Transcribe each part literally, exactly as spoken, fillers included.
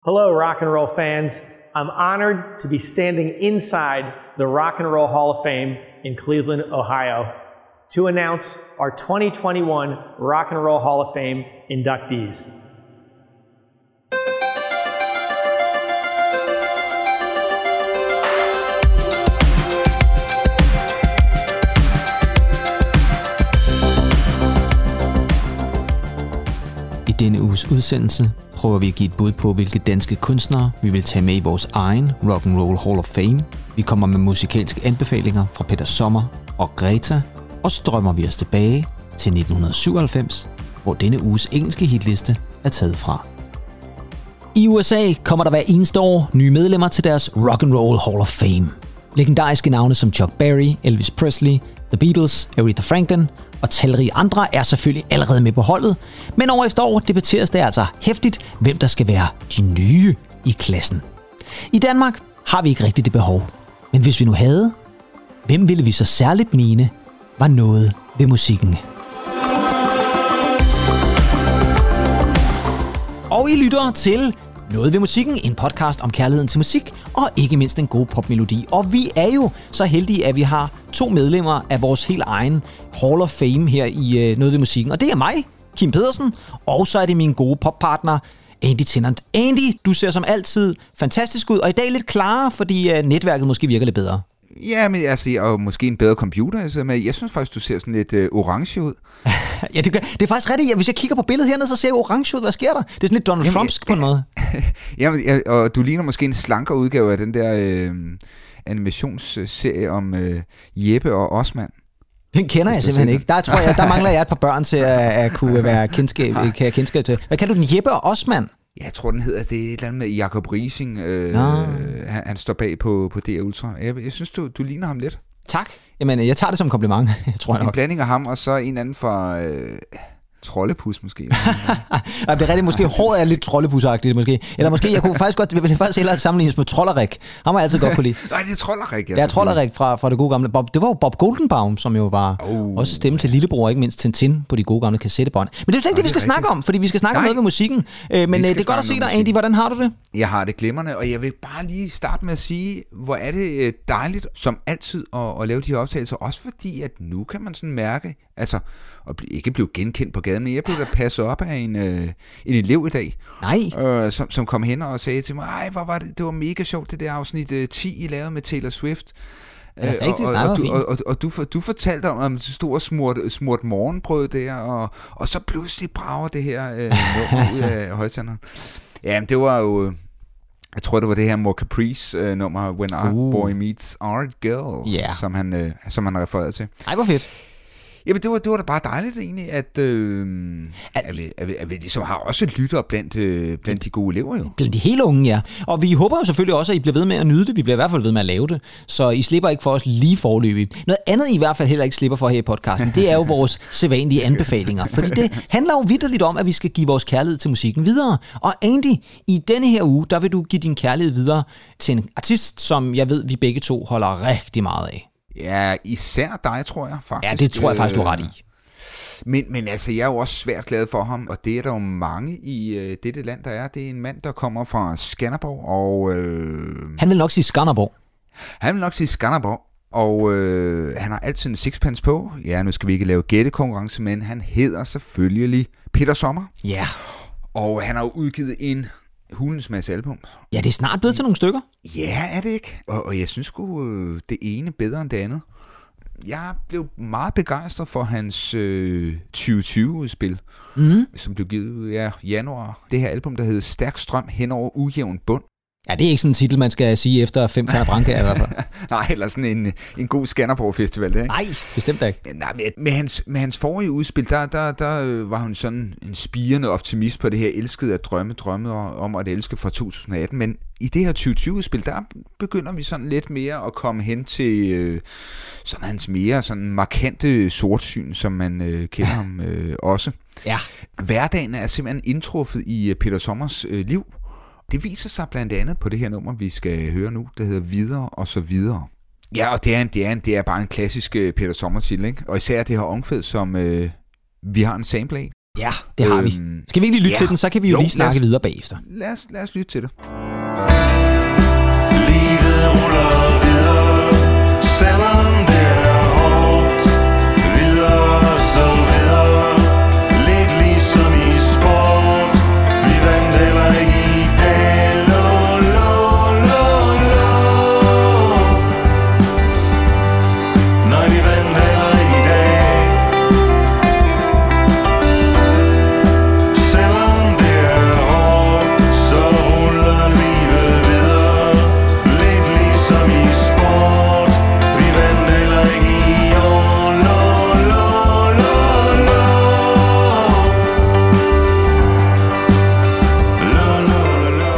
Hello, rock and roll fans. I'm honored to be standing inside the Rock and Roll Hall of Fame in Cleveland, Ohio, to announce our twenty twenty-one Rock and Roll Hall of Fame inductees. I denne uges udsendelse prøver vi at give et bud på, hvilke danske kunstnere vi vil tage med i vores egen Rock and Roll Hall of Fame. Vi kommer med musikalske anbefalinger fra Peter Sommer og Greta, og så drømmer vi os tilbage til nitten syvoghalvfems, hvor denne uges engelske hitliste er taget fra. I U S A kommer der hver eneste år nye medlemmer til deres Rock and Roll Hall of Fame. Legendariske navne som Chuck Berry, Elvis Presley, The Beatles, Aretha Franklin og talrige andre er selvfølgelig allerede med på holdet, men år efter år debatteres det altså hæftigt, hvem der skal være de nye i klassen. I Danmark har vi ikke rigtig det behov, men hvis vi nu havde, hvem ville vi så særligt mene var noget ved musikken? Og I lytter til Noget ved musikken, en podcast om kærligheden til musik, og ikke mindst en god popmelodi. Og vi er jo så heldige, at vi har to medlemmer af vores helt egen Hall of Fame her i uh, Noget ved musikken. Og det er mig, Kim Pedersen, og så er det min gode poppartner, Andy Tennant. Andy, du ser som altid fantastisk ud, og i dag lidt klarere, fordi uh, netværket måske virker lidt bedre. Ja, men altså, og måske en bedre computer. Altså, men jeg synes faktisk, du ser sådan lidt øh, orange ud. Ja, det, det er faktisk rigtigt. Ja, hvis jeg kigger på billedet hernede, så ser jeg orange ud. Hvad sker der? Det er sådan lidt Donald Trumpsk på en måde. Jamen, ja, og du ligner måske en slankere udgave af den der øh, animationsserie om øh, Jeppe og Osman. Den kender jeg simpelthen ikke. Der tror jeg, der mangler jeg et par børn til at, at kunne være kendskab, kan kendskab til. Hvad kalder du den? Jeppe og Osman? Ja, jeg tror, den hedder, det er et eller andet med Jacob Riising. Øh, han, han står bag på, på D R Ultra. Jeg, jeg synes, du, du ligner ham lidt. Tak. Jamen, jeg tager det som kompliment, tror jeg nok. En blanding af ham, og så en anden fra øh, Troldepus, måske. Ja, det er rigtig, måske håret er lidt Troldepus-agtigt, måske. Eller måske, jeg kunne faktisk godt, jeg ville faktisk hellere sammenlignes med Trollerik. Han var altid godt kunne lide. Nej, det er Trollerik, ja. Ja, Trollerik fra, fra det gode gamle Bob. Det var jo Bob Goldenbaum, som jo var oh. også stemme til lillebror, ikke mindst Tintin på de gode gamle kassettebånd. Men det er jo slet ikke det, vi skal snakke om, fordi vi skal snakke om noget ved musikken. Men det er godt at se dig, Andy. Hvordan har du det? Jeg har det glimrende, og jeg vil bare lige starte med at sige, hvor er det dejligt, som altid, at, at lave de her optagelser. Også fordi, at nu kan man sådan mærke, altså, at ikke blive genkendt på gaden, men jeg blev da passet op af en, øh, en elev i dag, Nej. Øh, som, som kom hen og sagde til mig, ej, hvor var det, det var mega sjovt, det der afsnit øh, ti, I lavede med Taylor Swift. Ja, rigtig, og, og, og, du, og, og, og du, du fortalte om, om du stod og smurt, smurt morgenbrød der, og, og så pludselig brager det her øh, nummer ud af højtanderen. Ja, det var jo... Jeg tror, det var det her More Caprice-nummer, uh, When Our uh. Boy Meets Our Girl, yeah. som han, uh, som han refererede til. Ej, hvor fedt. Jamen, det var, det var da bare dejligt egentlig, at, øh, at, at, vi, at, vi, at vi ligesom har også lyttere blandt, øh, blandt de gode elever jo. Blandt de helt unge, ja. Og vi håber jo selvfølgelig også, at I bliver ved med at nyde det. Vi bliver i hvert fald ved med at lave det. Så I slipper ikke for os lige forløbig. Noget andet, I i hvert fald heller ikke slipper for her i podcasten, det er jo vores sædvanlige anbefalinger. Fordi det handler jo vitterligt om, at vi skal give vores kærlighed til musikken videre. Og Andy, i denne her uge, der vil du give din kærlighed videre til en artist, som jeg ved, vi begge to holder rigtig meget af. Ja, især dig, tror jeg faktisk. Ja, det tror jeg faktisk, du er ret i. Men, men altså, jeg er jo også svært glad for ham, og det er der jo mange i øh, dette land, der er. Det er en mand, der kommer fra Skanderborg, og... Øh, han vil nok sige Skanderborg. Han vil nok sige Skanderborg, og øh, han har altid en sixpence på. Ja, nu skal vi ikke lave gættekonkurrence, men han hedder selvfølgelig Peter Sommer. Ja. Yeah. Og han har jo udgivet en... hulens masse album. Ja, det er snart blevet til nogle stykker. Ja, er det ikke? Og, og jeg synes sgu, øh, det ene bedre end det andet. Jeg blev meget begejstret for hans øh, tyve tyve-udspil, mm. som blev givet ja, januar. Det her album, der hedder Stærk strøm hen over ujævn bund. Ja, det er ikke sådan en titel, man skal sige efter fem færre branker i hvert fald. Nej, eller sådan en, en god Skanderborg-festival, det ikke? Nej, bestemt ikke. Nej, med, med, hans, med hans forrige udspil, der, der, der var hun sådan en spirende optimist på det her elskede at drømme, drømme om at elske fra to tusind atten, men i det her tyve tyve-udspil, der begynder vi sådan lidt mere at komme hen til øh, sådan hans mere sådan markante sortsyn, som man øh, kender ham øh, også. Ja. Hverdagen er simpelthen indtruffet i Peter Sommers øh, liv. Det viser sig blandt andet på det her nummer, vi skal høre nu, der hedder Videre og så videre. Ja, og det er, en, det er, en, det er bare en klassisk Peter Sommer-titel, ikke? Og især det her omkvæd, som øh, vi har en sample af. Ja, det har øhm, vi. Skal vi ikke lige lytte ja. til den, så kan vi jo, jo lige snakke os, videre bagefter. Lad os, lad os lytte til det. Livet ruller videre, selvom det er hårdt. Videre, så videre, lidt ligesom i sport. Vi vandt heller ikke i dag, lo, lo, lo, lo. Nej, vi vandt heller ikke i dag. Selvom det er hårdt, så ruller livet videre, lidt ligesom i sport. Vi vandt heller ikke i år, lo, lo, lo, lo. Lo, lo, lo, lo.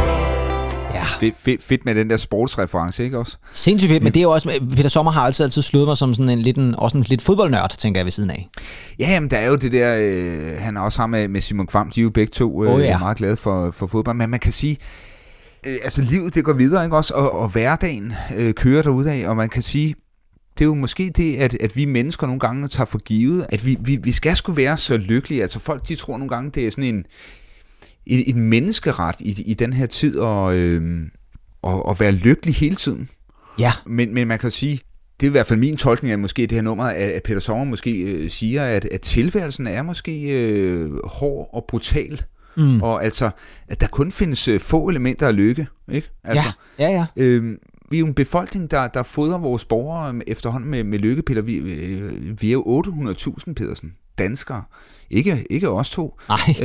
Ja, Fedt, fedt, fedt med den der sportsreference, ikke også? sindssygt fedt, men det er jo også, Peter Sommer har altid, altid slået mig som sådan en lidt, en, også en lidt fodboldnørd, tænker jeg ved siden af. Ja, jamen, der er jo det der, øh, han er også sammen med, med Simon Kvam, de er jo begge to øh, Oh, ja. er meget glade for, for fodbold, men man kan sige, øh, altså livet det går videre, ikke også, og, og hverdagen øh, kører derudad, og man kan sige, det er jo måske det, at, at vi mennesker nogle gange tager for givet, at vi, vi, vi skal sgu være så lykkelige, altså folk de tror nogle gange, det er sådan en, en, en menneskeret i, i den her tid, og, øh, og, og være lykkelig hele tiden. Ja, Men, men man kan jo sige, det er i hvert fald min tolkning af måske det her nummer, at, at Peter Sommer måske øh, siger, at, at tilværelsen er måske øh, hård og brutal. Mm. Og altså, at der kun findes øh, få elementer af lykke. Ikke? Altså, ja, ja, ja. øh, vi er jo en befolkning, der, der fodrer vores borgere efterhånden med, med lykkepiller. Vi, øh, vi er jo otte hundrede tusind, Pedersen, danskere. Ikke, ikke os to.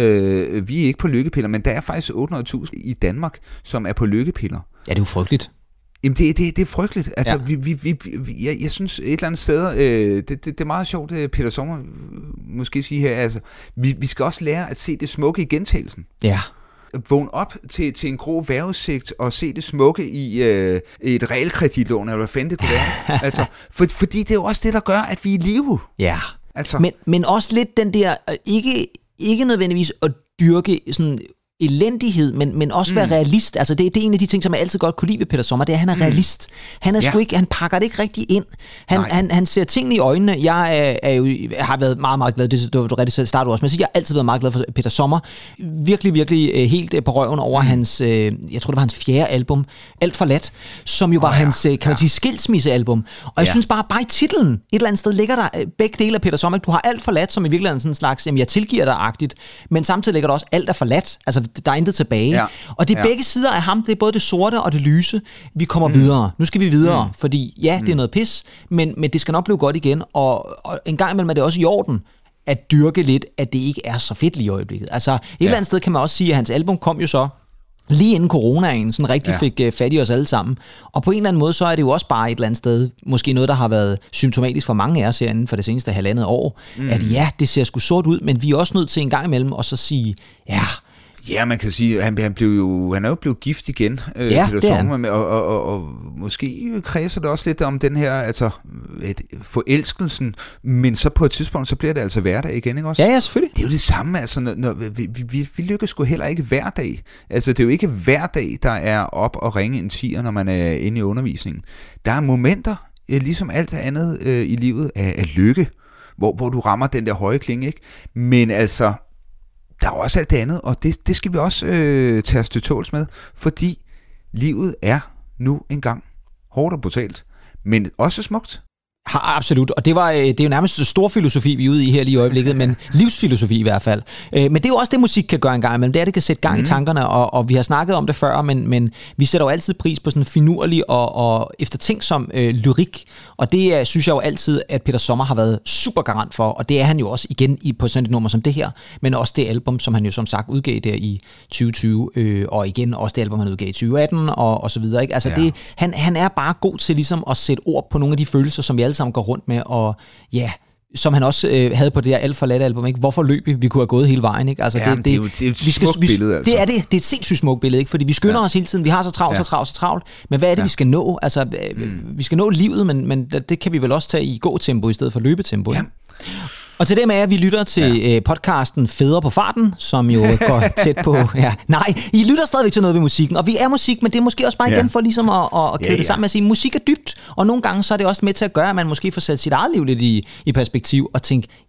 Øh, vi er ikke på lykkepiller, men der er faktisk otte hundrede tusind i Danmark, som er på lykkepiller. Ja, det er jo frygteligt. Jamen, det, det, det er frygteligt. Altså, Ja. vi, vi, vi, vi, jeg, jeg synes et eller andet sted, øh, det, det, det er meget sjovt, det Peter Sommer måske sige her, altså, vi, vi skal også lære at se det smukke i gentagelsen. Ja. Vågne op til, til en grå vejrudsigt og se det smukke i øh, et realkreditlån, eller hvad fanden det kunne være. altså, for, fordi det er jo også det, der gør, at vi er i live. Ja. Altså, Men, men også lidt den der, øh, ikke, ikke nødvendigvis at dyrke sådan elendighed, men, men også være mm. realist. Altså det, det er en af de ting, som jeg altid godt kunne lide ved Peter Sommer, det er, at han er mm. realist. Han er Ja. sgu ikke, han pakker det ikke rigtig ind. Han, han, han ser tingene i øjnene. Jeg er, er jo, jeg har været meget, meget glad, det du, du rigtig startede også med at sige, jeg har altid været meget glad for Peter Sommer. Virkelig, virkelig øh, helt øh, på røven over mm. hans, øh, jeg tror det var hans fjerde album, Alt forladt, som jo var oh, ja. hans, øh, kan man sige, skilsmissealbum. Og jeg Ja. synes bare, bare i titlen, et eller andet sted ligger der øh, begge dele af Peter Sommer. Du har Alt forladt, som i virkeligheden er sådan en slags, jamen jeg tilgiver dig-agtigt, men samtidig ligger der også Alt er forladt. Altså der er intet tilbage. Ja. Og det er Ja. begge sider af ham, det er både det sorte og det lyse. Vi kommer mm. videre. Nu skal vi videre, mm. fordi ja, det er noget pis, men, men det skal nok blive godt igen, og, og en gang imellem er det også i orden at dyrke lidt, at det ikke er så fedt lige i øjeblikket. Altså et ja. eller andet sted kan man også sige, at hans album kom jo så lige inden coronaen sådan rigtig Ja. fik uh, fat i os alle sammen. Og på en eller anden måde, så er det jo også bare et eller andet sted, måske noget, der har været symptomatisk for mange af os herinde for det seneste halvandet år, mm. at ja, det ser sgu sort ud, men vi er også nødt til en gang imellem at så sige, ja, Ja, man kan sige, at han, han, blev jo, han er jo blevet gift igen, øh, Ja, Peter det er Sommer, med, og, og, og, og måske kredser det også lidt om den her, altså et, forelskelsen, men så på et tidspunkt, så bliver det altså hverdag igen, ikke også? ja, ja, selvfølgelig. Det er jo det samme, altså, når, når vi, vi, vi, vi lykkes sgu heller ikke hver dag. Altså, det er jo ikke hver dag, der er op og ringe en tier, når man er inde i undervisningen. Der er momenter, øh, ligesom alt andet øh, i livet, af, af lykke, hvor, hvor du rammer den der høje klinge, ikke? Men altså, der er også alt det andet, og det, det skal vi også øh, tage os til tåls med, fordi livet er nu engang hårdt og brutalt, men også smukt. Har, absolut, og det, var, det er jo nærmest stor filosofi, vi er ude i her lige i øjeblikket, men livsfilosofi i hvert fald. Men det er jo også det, musik kan gøre en gang imellem. Det er, det kan sætte gang mm. i tankerne, og, og vi har snakket om det før, men, men vi sætter jo altid pris på sådan finurlig og, og eftertænksom øh, lyrik, og det synes jeg jo altid, at Peter Sommer har været super garant for, og det er han jo også igen i, på sådan et nummer som det her, men også det album, som han jo som sagt udgav der i tyve tyve, øh, og igen også det album, han udgav i tyve atten, og, og så videre. Ikke? Altså Ja. det, han, han er bare god til ligesom at sætte ord på nogle af de følelser, som vi alle sammen går rundt med, og ja, som han også øh, havde på det her Alt forladt album, ikke? Hvorfor løb vi? Vi kunne have gået hele vejen, ikke? Altså, Ja, det er jo- det er jo et vi skal- smukt vi- billede, altså. Det er det. Det er et sindssygt smukt billede, ikke? Fordi vi skynder Ja. os hele tiden. Vi har så travlt, Ja. så travlt, så travlt. Men hvad er det, Ja. vi skal nå? Altså, øh, Mm. vi skal nå livet, men, men det kan vi vel også tage i gåtempo i stedet for løbetempo. Ja. ikke? Og til dem af jer, vi lytter til ja. øh, podcasten Fædre på farten, som jo går tæt på... Ja, nej, I lytter stadigvæk til noget ved musikken, og vi er musik, men det er måske også bare igen Ja. for ligesom at, at, at kæde Ja, det ja. sammen med at sige, musik er dybt, og nogle gange så er det også med til at gøre, at man måske får sat sit eget liv lidt i, i perspektiv og tænke, ja,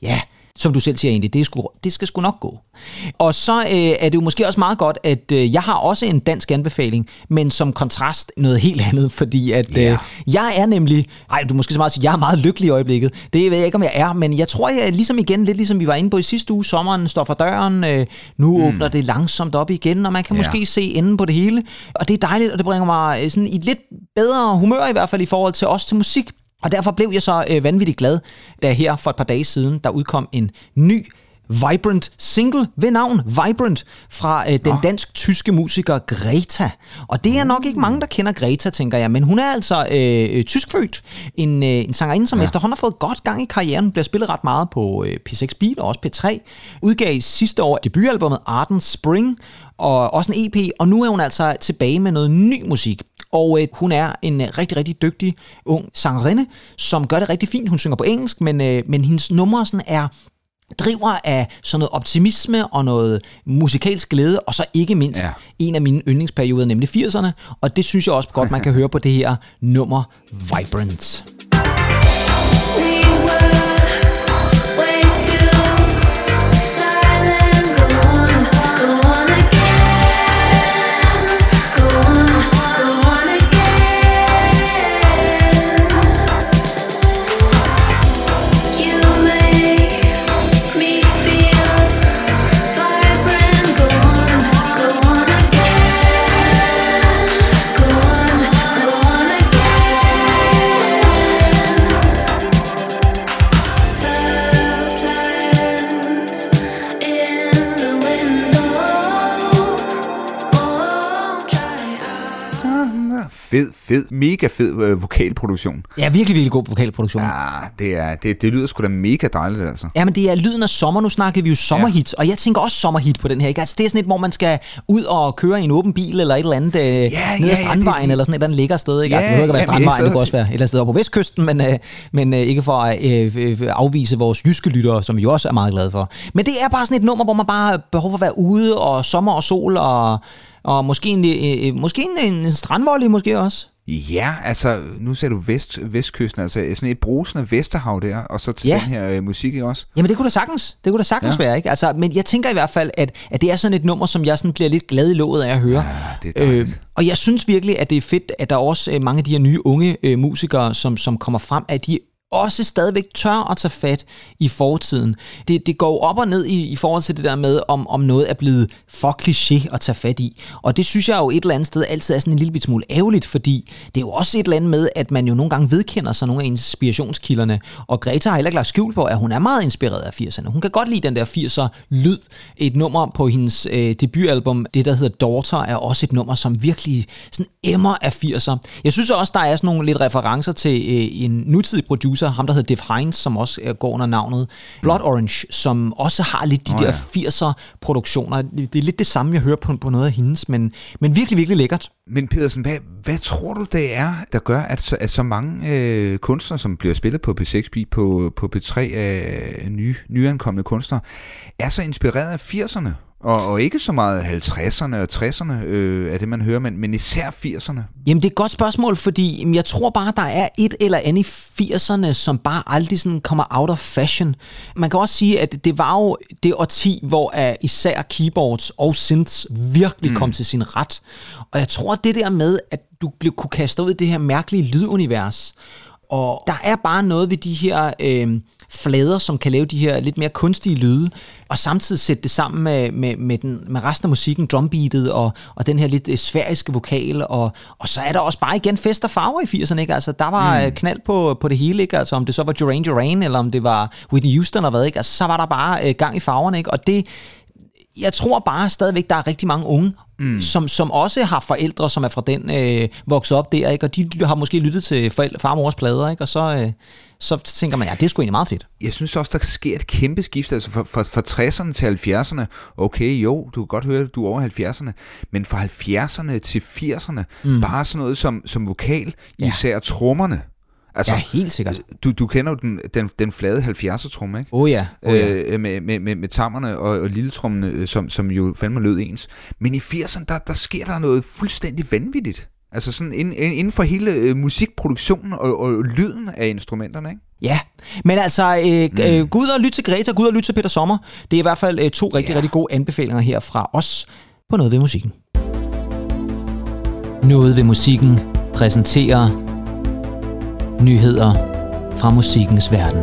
som du selv siger egentlig, det, er sgu, det skal sgu nok gå. Og så øh, er det jo måske også meget godt, at øh, jeg har også en dansk anbefaling, men som kontrast noget helt andet, fordi at øh, yeah. jeg er nemlig, ej, du måske så meget sige, jeg er meget lykkelig i øjeblikket. Det ved jeg ikke, om jeg er, men jeg tror, jeg ligesom igen, lidt ligesom vi var inde på i sidste uge, sommeren står for døren, øh, nu mm. åbner det langsomt op igen, og man kan yeah. måske se enden på det hele. Og det er dejligt, og det bringer mig øh, sådan i et lidt bedre humør i hvert fald i forhold til os til musik. Og derfor blev jeg så øh, vanvittigt glad, da her for et par dage siden, der udkom en ny Vibrant single ved navn Vibrant fra øh, den dansk-tyske musiker Greta. Og det er nok ikke mange, der kender Greta, tænker jeg, men hun er altså øh, tyskfødt. En, øh, en sangerinde, som ja. efterhånden har fået godt gang i karrieren, bliver spillet ret meget på øh, P seks Beat og også P tre. Udgav sidste år debutalbummet Ardent Spring og også en E P, og nu er hun altså tilbage med noget ny musik. Og øh, hun er en øh, rigtig, rigtig dygtig ung sangerinde, som gør det rigtig fint. Hun synger på engelsk, men, øh, men hendes numre sådan er driver af sådan noget optimisme og noget musikalsk glæde, og så ikke mindst ja. en af mine yndlingsperioder, nemlig firserne. Og det synes jeg også godt, man kan høre på det her nummer Vibrant. Fed, fed, mega fed øh, vokalproduktion. Ja, virkelig, virkelig god vokalproduktion. Ja, det, er, det, det lyder sgu da mega dejligt, altså. Ja, men det er lyden af sommer. Nu snakkede vi jo sommerhit, ja. og jeg tænker også sommerhit på den her. Ikke? Altså, det er sådan et, hvor man skal ud og køre i en åben bil, eller et eller andet øh, ja, ned ad ja, Strandvejen, ja, det, eller sådan et eller andet lækker sted. Ikke? Ja, altså, det behøver ikke at være Strandvejen, det kan også være et eller andet sted på Vestkysten, men, øh, men øh, ikke for at øh, øh, afvise vores jyske lyttere, som vi jo også er meget glade for. Men det er bare sådan et nummer, hvor man bare har behov for at være ude, og sommer og sol, og, og måske en, øh, måske en, en strandvolley måske også. Ja, altså, nu ser du vest, vestkysten, altså sådan et brusende Vesterhav der, og så til ja. den her øh, musik også. Jamen det kunne da sagtens, det kunne da sagtens ja. være, ikke? Altså, men jeg tænker i hvert fald, at, at det er sådan et nummer, som jeg sådan bliver lidt glad i låget af at høre. Ja, det er dejligt. Øh, og jeg synes virkelig, at det er fedt, at der er også mange af de her nye unge øh, musikere, som, som kommer frem, at de også stadigvæk tør at tage fat i fortiden. Det, det går op og ned i, i forhold til det der med, om, om noget er blevet for kliché at tage fat i. Og det synes jeg jo et eller andet sted altid er sådan en lille bit smule ærgerligt, fordi det er jo også et eller andet med, at man jo nogle gange vedkender sig nogle af inspirationskilderne. Og Greta har heller ikke lagt skjul på, at hun er meget inspireret af firserne. Hun kan godt lide den der firser lyd. Et nummer på hendes øh, debutalbum, det der hedder Daughter, er også et nummer, som virkelig sådan emmer af firser. Jeg synes også, der er sådan nogle lidt referencer til øh, en nutidig producer, ham der hedder Def Hines, som også uh, går under navnet Blood Orange, som også har lidt de oh, der ja. firser produktioner. Det er lidt det samme, jeg hører på, på noget af hendes, men, men virkelig, virkelig lækkert. Men Pedersen, hvad, hvad tror du det er, der gør, at så, at så mange øh, kunstnere, som bliver spillet på P seks Beat, på, på P tre af nye, nyankomne kunstnere, er så inspireret af firserne? Og, og ikke så meget halvtredserne og tresserne øh, af det, man hører, men, men især firserne. Jamen, det er et godt spørgsmål, fordi jeg tror bare, der er et eller andet i firserne, som bare aldrig sådan kommer out of fashion. Man kan også sige, at det var jo det årti, hvor uh, især keyboards og synths virkelig mm. kom til sin ret. Og jeg tror, det der med, at du blev, kunne kaste ud i det her mærkelige lydunivers, og der er bare noget ved de her øh, flader, som kan lave de her lidt mere kunstige lyde, og samtidig sætte det sammen med, med, med, den, med resten af musikken, drumbeatet og, og den her lidt øh, sfæriske vokal, og, og så er der også bare igen fest og farver i firserne, ikke? Altså, der var mm. knald på, på det hele, ikke? Altså, om det så var Duran Duran, eller om det var Whitney Houston og hvad, ikke? Altså, så var der bare øh, gang i farverne, ikke? Og det, jeg tror bare stadigvæk, der er rigtig mange unge, mm. som, som også har forældre, som er fra den øh, vokset op der, ikke? Og de har måske lyttet til forældre, far og mors plader, ikke? Og så, øh, så tænker man, ja, det er sgu egentlig meget fedt. Jeg synes også, der sker et kæmpe skift, altså fra, fra, fra tresserne til halvfjerdserne, okay, jo, du kan godt høre, du er over halvfjerdserne, men fra halvfjerdserne til firserne, mm. bare sådan noget som, som vokal, ja. især trommerne. Altså, ja, helt sikkert. Du, du kender jo den, den, den flade halvfjerdser-tromme, ikke? Oh ja. Oh ja. Øh, med, med, med, med tammerne og, og lilletrommene, som, som jo fandme lød ens. Men i firserne, der, der sker der noget fuldstændig vanvittigt. Altså sådan inden, inden for hele øh, musikproduktionen og, og lyden af instrumenterne, ikke? Ja, Men altså, øh, mm. øh, gå ud og lyt til Greta, gå ud og lyt til Peter Sommer. Det er i hvert fald øh, to rigtig, yeah. rigtig gode anbefalinger her fra os på Noget ved musikken. Noget ved musikken præsenterer nyheder fra musikkens verden.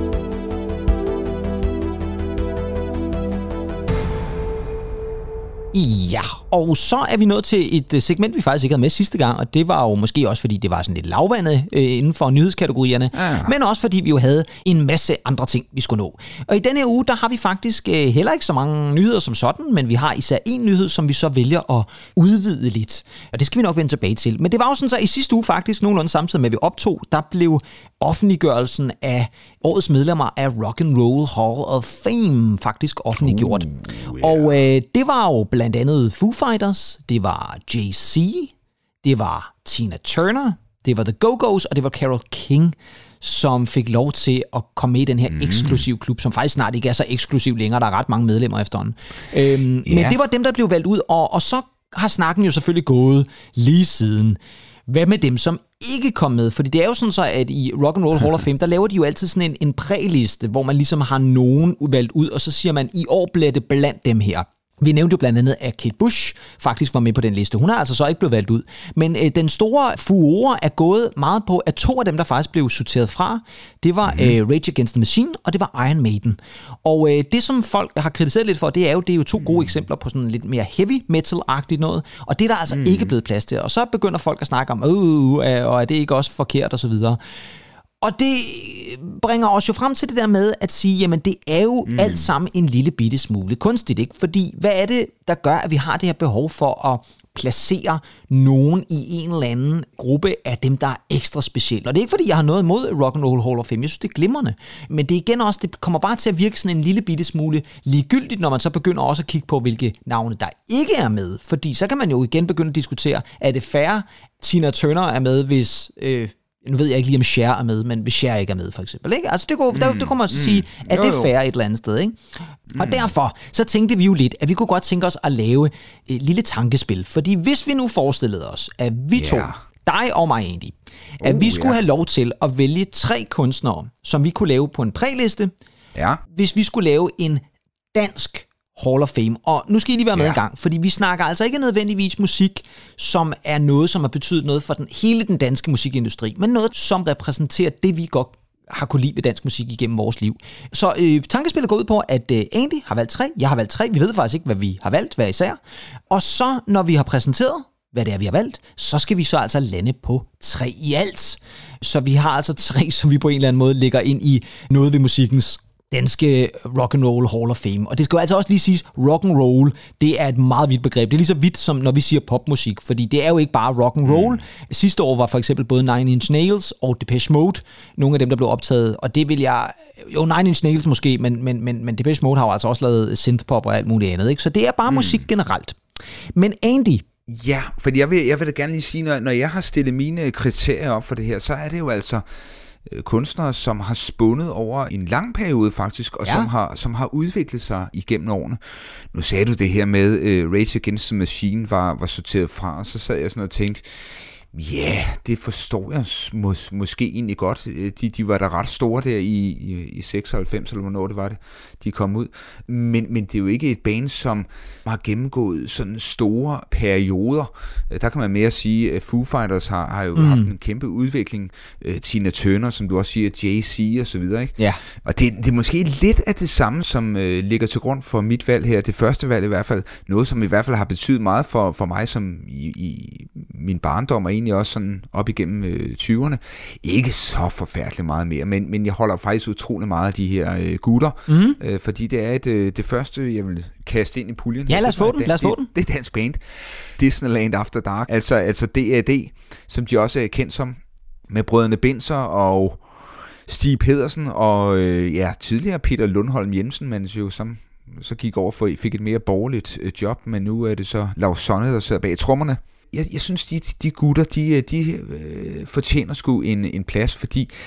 Ja, og så er vi nået til et segment, vi faktisk ikke havde med sidste gang, og det var jo måske også, fordi det var sådan lidt lavvandet øh, inden for nyhedskategorierne, ja. Men også fordi vi jo havde en masse andre ting, vi skulle nå. Og i denne her uge, der har vi faktisk øh, heller ikke så mange nyheder som sådan, men vi har især en nyhed, som vi så vælger at udvide lidt. Og det skal vi nok vende tilbage til. Men det var jo sådan så i sidste uge faktisk, nogenlunde samtidig med, at vi optog, der blev offentliggørelsen af årets medlemmer af Rock and Roll Hall of Fame faktisk offentliggjort. Uh, yeah. Og øh, det var jo blandt andet Foo Fighters, det var Jay-Z, det var Tina Turner, det var The Go-Go's, og det var Carole King, som fik lov til at komme med i den her mm. eksklusiv klub, som faktisk snart ikke er så eksklusiv længere. Der er ret mange medlemmer efterhånden. Øhm, yeah. Men det var dem, der blev valgt ud, og, og så har snakken jo selvfølgelig gået lige siden. Hvad med dem, som ikke kom med? Fordi det er jo sådan så, at i Rock and Roll Hall of Fame, der laver de jo altid sådan en, en præliste, hvor man ligesom har nogen valgt ud, og så siger man, i år bliver det blandt dem her. Vi nævnte jo blandt andet, at Kate Bush faktisk var med på den liste. Hun er altså så ikke blevet valgt ud. Men øh, den store furore er gået meget på, at to af dem, der faktisk blev sorteret fra, det var mm-hmm. øh, Rage Against the Machine, og det var Iron Maiden. Og øh, det, som folk har kritiseret lidt for, det er jo, det er jo to gode mm. eksempler på sådan lidt mere heavy metal-agtigt noget, og det er der altså mm. ikke blevet plads til. Og så begynder folk at snakke om, øh, og er det ikke også forkert, og så videre. Og det bringer os jo frem til det der med at sige, jamen det er jo mm. alt sammen en lille bitte smule kunstigt, ikke? Fordi hvad er det, der gør, at vi har det her behov for at placere nogen i en eller anden gruppe af dem, der er ekstra specielle? Og det er ikke, fordi jeg har noget imod Rock and Roll Hall of Fame. Jeg synes, det er glimrende. Men det er igen også, det kommer bare til at virke sådan en lille bitte smule ligegyldigt, når man så begynder også at kigge på, hvilke navne der ikke er med. Fordi så kan man jo igen begynde at diskutere, er det fair, Tina Turner er med, hvis... Øh, nu ved jeg ikke lige, om Cher er med, men hvis Cher ikke er med, for eksempel. Ikke? Altså, det kunne, mm, der, det kunne man mm, sige, at det er fair et eller andet sted. Ikke? Mm. Og derfor, så tænkte vi jo lidt, at vi kunne godt tænke os at lave et lille tankespil. Fordi hvis vi nu forestillede os, at vi yeah. to, dig og mig egentlig, at oh, vi skulle yeah. have lov til at vælge tre kunstnere, som vi kunne lave på en præliste, yeah. hvis vi skulle lave en dansk Hall of Fame. Og nu skal I lige være med yeah. en gang, fordi vi snakker altså ikke nødvendigvis musik, som er noget, som har betydet noget for den, hele den danske musikindustri, men noget, som repræsenterer det, vi godt har kunne lide ved dansk musik igennem vores liv. Så øh, tankespillet går ud på, at øh, Andy har valgt tre, jeg har valgt tre, vi ved faktisk ikke, hvad vi har valgt, hver især. Og så, når vi har præsenteret, hvad det er, vi har valgt, så skal vi så altså lande på tre i alt. Så vi har altså tre, som vi på en eller anden måde lægger ind i noget ved musikkens danske Rock and Roll Hall of Fame. Og det skal jo altså også lige siges, rock and roll, det er et meget vidt begreb. Det er lige så vidt, som når vi siger popmusik, fordi det er jo ikke bare rock and roll. Mm. Sidste år var for eksempel både Nine Inch Nails og Depeche Mode nogle af dem, der blev optaget, og det vil jeg... Jo, Nine Inch Nails måske, men, men, men, men Depeche Mode har jo altså også lavet synthpop og alt muligt andet, ikke? Så det er bare mm. musik generelt. Men Andy... Ja, fordi jeg vil, jeg vil da gerne lige sige, når, når jeg har stillet mine kriterier op for det her, så er det jo altså kunstnere, som har spundet over en lang periode faktisk, og ja. som, har, som har udviklet sig igennem årene. Nu sagde du det her med, uh, Rage Against the Machine var, var sorteret fra, og så sad jeg sådan og tænkte, ja, yeah, det forstår jeg mås- måske egentlig godt. De, de var da ret store der i, i, i seksoghalvfems, eller hvornår det var det, de kom ud. Men, men det er jo ikke et band, som har gennemgået sådan store perioder. Der kan man mere sige, at Foo Fighters har, har jo mm. haft en kæmpe udvikling. Tina Turner, som du også siger, Jay-Z og så videre. Ikke? Ja. Og det, det er måske lidt af det samme, som øh, ligger til grund for mit valg her. Det første valg i hvert fald. Noget, som i hvert fald har betydet meget for, for mig, som i, i min barndom, og egentlig også sådan op igennem øh, tyverne. Ikke så forfærdeligt meget mere, men, men jeg holder faktisk utrolig meget af de her øh, gutter, mm. øh, fordi det er et, øh, det første, jeg vil kaste ind i puljen. Ja, lad os få den, lad os få den. Det, det er dansk band. Disneyland After Dark, altså, altså D A D, som de også er kendt som, med brødrene Binzer og Stig Pedersen, og øh, ja, tidligere Peter Lundholm Jensen, men jo som så gik over for, fik et mere borgerligt øh, job, men nu er det så Lars Sonne, der sidder bag trommerne. Jeg, jeg synes, de, de gutter, de, de øh, fortjener sgu en, en plads, fordi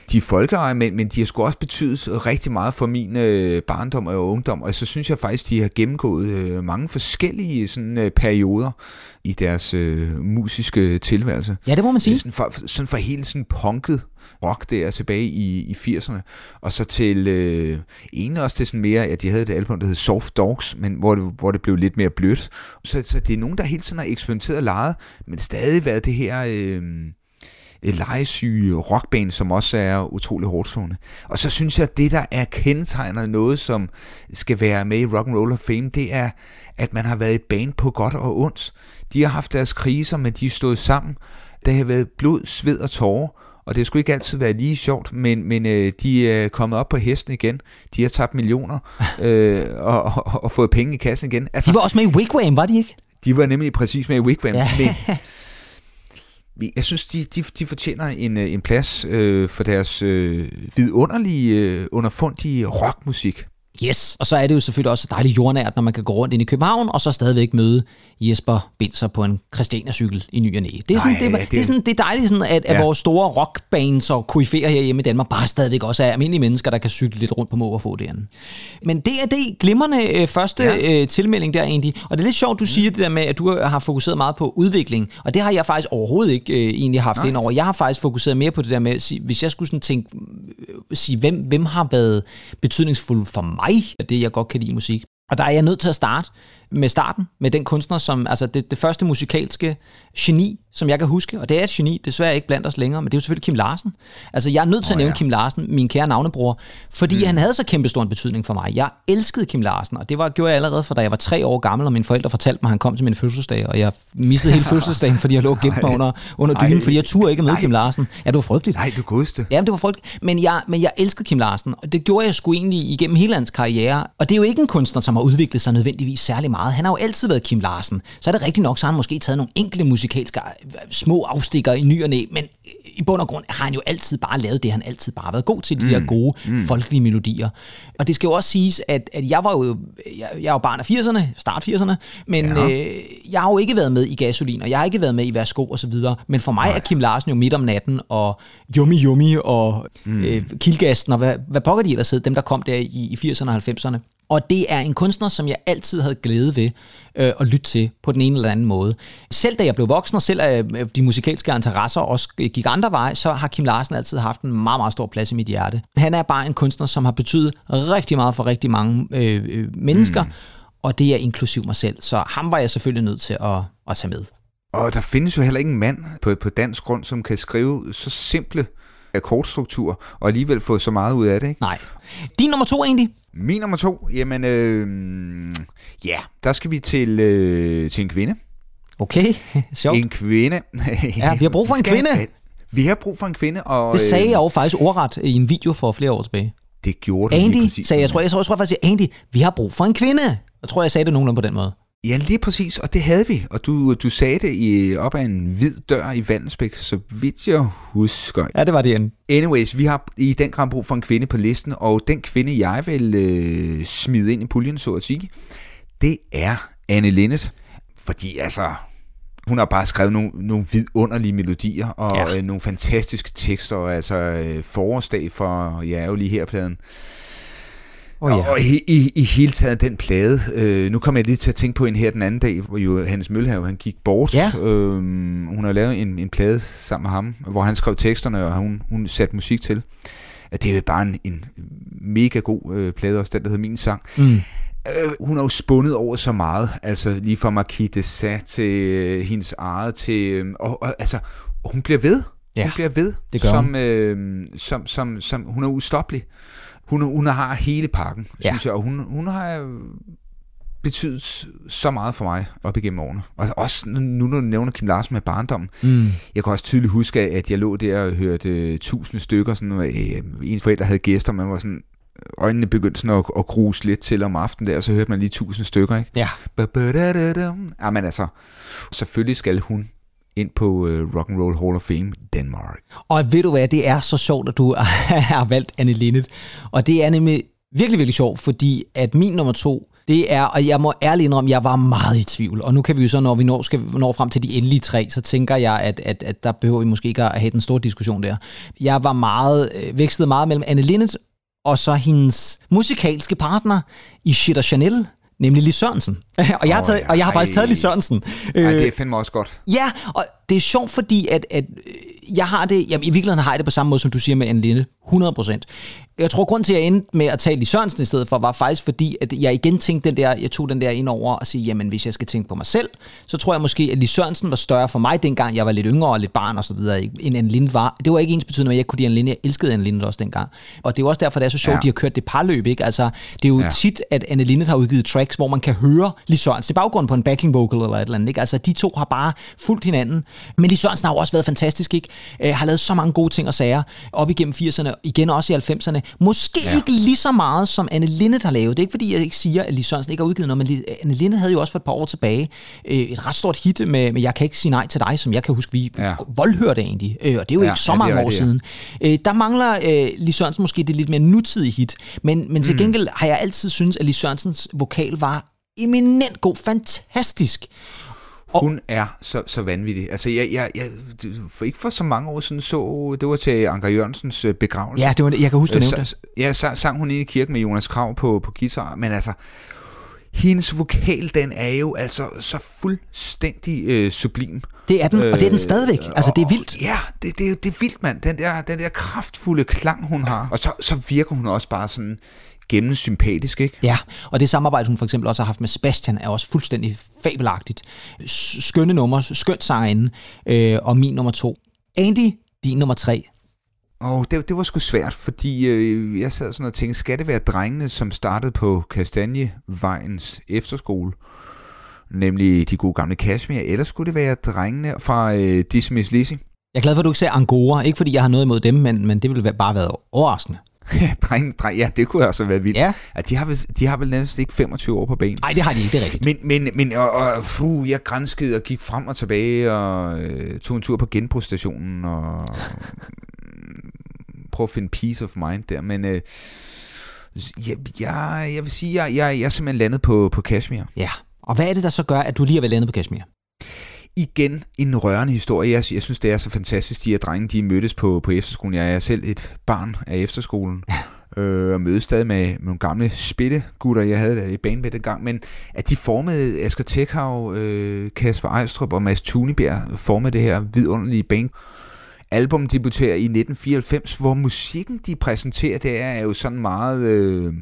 de er folkeeje, men, men de har sgu også betydet rigtig meget for min øh, barndom og ungdom, og så synes jeg faktisk, de har gennemgået øh, mange forskellige sådan, øh, perioder i deres øh, musiske tilværelse. Ja, det må man sige. Sådan for, sådan for helt sådan punket rock der tilbage i, i firserne, og så til øh, egentlig også til sådan mere, at de havde et album, der hed Soft Dogs, men hvor det, hvor det blev lidt mere blødt. Så, så det er nogen, der hele tiden har eksperimenteret og leget, men stadig været det her øh, legesyge rockband, som også er utrolig hårdslående. Og så synes jeg, at det, der er kendetegnet noget, som skal være med i Rock and Roll of Fame, det er, at man har været et band på godt og ondt. De har haft deres kriser, men de er stået sammen. Der har været blod, sved og tårer, og det skulle ikke altid være lige sjovt, men, men øh, de er kommet op på hesten igen. De har tabt millioner øh, og, og, og fået penge i kassen igen. Altså, de var også med i Wigwam, var de ikke? De var nemlig præcis med i Wigwam. Ja. Men jeg synes, de, de, de fortjener en, en plads øh, for deres øh, vidunderlige, øh, underfundige rockmusik. Yes, og så er det jo selvfølgelig også dejligt jordnært, når man kan gå rundt ind i København, og så stadigvæk møde Jesper Binzer på en Christiania-cykel i ny og næ. Det er sådan, Nej, det, det, det, er sådan, det er dejligt, sådan, at, ja. at vores store rockbands og koryfæer herhjemme i Danmark bare stadigvæk også er almindelige mennesker, der kan cykle lidt rundt på må og få det andet. Men det er det glimrende øh, første ja. øh, tilmelding der egentlig, og det er lidt sjovt, du mm. siger det der med, at du har fokuseret meget på udvikling, og det har jeg faktisk overhovedet ikke øh, egentlig haft Nej. ind over. Jeg har faktisk fokuseret mere på det der med, at sige, hvis jeg skulle sådan tænke, øh, sige, hvem, hvem har været betydningsfuld for mig, af det, jeg godt kan lide i musik. Og der er jeg nødt til at starte med starten, med den kunstner, som, altså det, det første musikalske geni, som jeg kan huske, og det er et geni, desværre ikke blandt os længere, men det er jo selvfølgelig Kim Larsen. Altså jeg er nødt til oh, at nævne ja. Kim Larsen, min kære navnebror, fordi mm. han havde så kæmpe stor en betydning for mig. Jeg elskede Kim Larsen, og det var, gjorde jeg allerede fra da jeg var tre år gammel, og mine forældre fortalte mig, at han kom til min fødselsdag, og jeg missede hele fødselsdagen, fordi jeg lå gemt mig under, under dynen, fordi jeg turde ikke med Kim Larsen. Ja, det var frygteligt. Nej, du godeste. Ja, det var frygteligt, men jeg, men jeg elskede Kim Larsen, og det gjorde jeg sgu egentlig igennem hele hans karriere, og det er jo ikke en kunstner, som har udviklet sig nødvendigvis særlig meget. Han har jo altid været Kim Larsen. Så er det rigtigt nok, så har han måske taget nogle enkelte musikalske små afstikker i ny og næ, men i bund og grund har han jo altid bare lavet det, han altid bare har været god til, de mm. der gode, mm. folkelige melodier. Og det skal jo også siges, at, at jeg var jo jeg, jeg er jo barn af firserne, start firserne, men ja. øh, jeg har jo ikke været med i Gasolin, og jeg har ikke været med i Værsgo og så videre, men for mig Nej. er Kim Larsen jo Midt om natten, og Yummy Yummy, og mm. øh, Kildgasten, og hvad, hvad pokker de ellers hed, dem der kom der i, i firserne og halvfemserne. Og det er en kunstner, som jeg altid havde glæde ved øh, at lytte til på den ene eller anden måde. Selv da jeg blev voksen, og selv øh, de musikalske interesser også gik andre veje, så har Kim Larsen altid haft en meget, meget stor plads i mit hjerte. Han er bare en kunstner, som har betydet rigtig meget for rigtig mange øh, øh, mennesker, mm. og det er inklusiv mig selv. Så ham var jeg selvfølgelig nødt til at, at tage med. Og der findes jo heller ikke en mand på, på dansk grund, som kan skrive så simple akkordstrukturer, og alligevel få så meget ud af det, ikke? Nej. Din nummer to egentlig? Min nummer to, jamen, øh, ja, der skal vi til, øh, til en kvinde. Okay, sjovt. En kvinde. Ja, vi har brug for en kvinde. Vi har brug for en kvinde. Og, det sagde jeg jo faktisk ordret i en video for flere år tilbage. Det gjorde du Andy, lige præcis. Sagde, jeg, tror, jeg, tror, jeg tror faktisk, at Andy, vi har brug for en kvinde. Jeg tror, jeg sagde det nogenlunde på den måde. Ja, lige præcis, og det havde vi. Og du, du sagde det i, op ad en hvid dør i Vallensbæk, så vidt jeg husker. Ja, det var det igen. Anyways, vi har i den grad brug for en kvinde på listen, og den kvinde, jeg vil øh, smide ind i puljen, så at sige, det er Anne Linnet. Fordi altså, hun har bare skrevet nogle, nogle vidunderlige melodier, og ja. øh, nogle fantastiske tekster, og altså øh, forårsdag for, ja, er jo lige her pladen. Oh, ja. Og i, i, i hele taget den plade, øh, nu kommer jeg lige til at tænke på en her den anden dag, hvor jo Hannes Møllehave, han gik bort. Ja. Øh, hun har lavet en, en plade sammen med ham, hvor han skrev teksterne, og hun, hun satte musik til. Det er bare en, en mega god øh, plade, også den, der hedder Min Sang. Mm. Øh, hun har jo spundet over så meget, altså lige fra Marquis de Sade til øh, hendes eget, til, øh, og, og, altså, og hun bliver ved. Ja, hun bliver ved, det gør som, hun. Øh, som, som, som, hun er ustoppelig. Hun, hun har hele pakken, ja. synes jeg, og hun, hun har betydet så meget for mig op igennem årene. Og også nu, når du nævner Kim Larsen med barndommen. Mm. Jeg kan også tydeligt huske, at jeg lå der og hørte tusind stykker. Sådan, øh, en forældre havde gæster, man var sådan, øjnene begyndte sådan at, at gruse lidt til om aftenen der, og så hørte man lige tusind stykker, ikke? Ja. Ja, men altså, selvfølgelig skal hun ind på uh, Rock and Roll Hall of Fame Danmark. Og ved du hvad, det er så sjovt, at du har valgt Anne Linnet. Og det er nemlig virkelig, virkelig sjovt, fordi at min nummer to, Det er, og jeg må ærligt indrømme, jeg var meget i tvivl. Og nu kan vi jo så, når vi når, skal når frem til de endelige tre, så tænker jeg, at, at, at der behøver vi måske ikke at have den store diskussion der. Jeg var meget, vekslede meget mellem Anne Linnet og så hendes musikalske partner i Shit og Chanel, nemlig Lis Sørensen. og, jeg har taget, og jeg har faktisk taget Lis Sørensen. Nej, det er fandme også godt. Ja, og det er sjovt, fordi at, at jeg har det, jamen i virkeligheden har jeg det på samme måde, som du siger med Anne Linnet, hundrede procent. Jeg tror, grund til, at jeg endte med at tage Lis Sørensen i stedet for, var faktisk fordi, at jeg igen tænkte den der, jeg tog den der ind over og sige, jamen hvis jeg skal tænke på mig selv, så tror jeg måske, at Lis Sørensen var større for mig, dengang jeg var lidt yngre og lidt barn og så videre, end Anne Linnet var. Det var ikke ens betydende, at jeg kunne lide Anne Linnet. Jeg elskede Anne Linnet også dengang. Og det er også derfor, det er så sjovt, ja. De har kørt det parløb, ikke? Altså, det er jo ja. tit, at Anne Linnet har udgivet tracks, hvor man kan høre Lis Sørensen i baggrunden på en backing vocal eller et eller andet, ikke? Altså, de to har bare fulgt hinanden. Men Lis Sørensen har jo også været fantastisk, ikke? Øh, har lavet så mange gode ting og sager op igennem firserne, igen også i halvfemserne. Måske ja. ikke lige så meget, som Anne Linnet har lavet. Det er ikke, fordi jeg ikke siger, at Lis Sørensen ikke har udgivet noget, men Anne Linnet havde jo også for et par år tilbage øh, et ret stort hit med, med Jeg kan ikke sige nej til dig, som jeg kan huske, vi ja. voldhørte egentlig. Øh, og det er jo ja, ikke så mange ja, år det, ja. siden. Øh, der mangler øh, Lis Sørensen måske det lidt mere nutidige hit, men, men til gengæld har jeg altid syntes, at Lis Sørensens vokal var eminent god, fantastisk. Hun er så, så vanvittig. Altså, jeg, jeg, jeg, for ikke for så mange år siden så, det var til Anker Jørgensens begravelse. Ja, det var, jeg kan huske, du nævnte det. Ja, sang, sang hun i kirken med Jonas Krag på, på guitar, men altså, hendes vokal, den er jo altså så fuldstændig øh, sublim. Det er den, og det er den stadigvæk. Øh, altså, det er vildt. Ja, det, det, det er vildt, mand. Den der, den der kraftfulde klang, hun har. Og så, så virker hun også bare sådan gennemsympatisk, ikke? Ja, og det samarbejde, hun for eksempel også har haft med Sebastian, er også fuldstændig fabelagtigt. Skønne numre, skønt sangerinde, øh, og min nummer to. Andy, din nummer tre. Åh, oh, det, det var sgu svært, fordi øh, jeg sad sådan og tænkte, skal det være drengene, som startede på Kastanjevejens efterskole, nemlig de gode gamle Kashmir, eller skulle det være drengene fra øh, Dizzy Mizz Lizzy? Jeg er glad for, at du ikke sagde Angora, ikke fordi jeg har noget imod dem, men, men det ville bare være overraskende. Ja, dreng, dreng, ja, det kunne også være vildt. Ja. Ja, de, har vel, de har vel næsten ikke femogtyve år på banen. Nej, det har de ikke, det er rigtigt. Men, men, men og, og, uh, jeg granskede og gik frem og tilbage og øh, tog en tur på genbrugsstationen og prøvede at finde peace of mind der. Men øh, jeg, jeg, jeg vil sige, jeg, jeg, jeg er simpelthen landet på, på Kashmir. Ja, og hvad er det, der så gør, at du lige er været landet på Kashmir? Igen en rørende historie. Jeg, jeg synes, det er så fantastisk, de her drenge, de mødtes på, på efterskolen. Jeg er selv et barn af efterskolen, øh, og mødes stadig med, med nogle gamle spillegutter, jeg havde i band med dengang. Men at de formede, Asger Tækhav, øh, Kasper Ejstrup og Mads Thunebjerg, formede det her vidunderlige band. Album debuterer i nitten fireoghalvfems, hvor musikken, de præsenterer, det er jo sådan meget øh,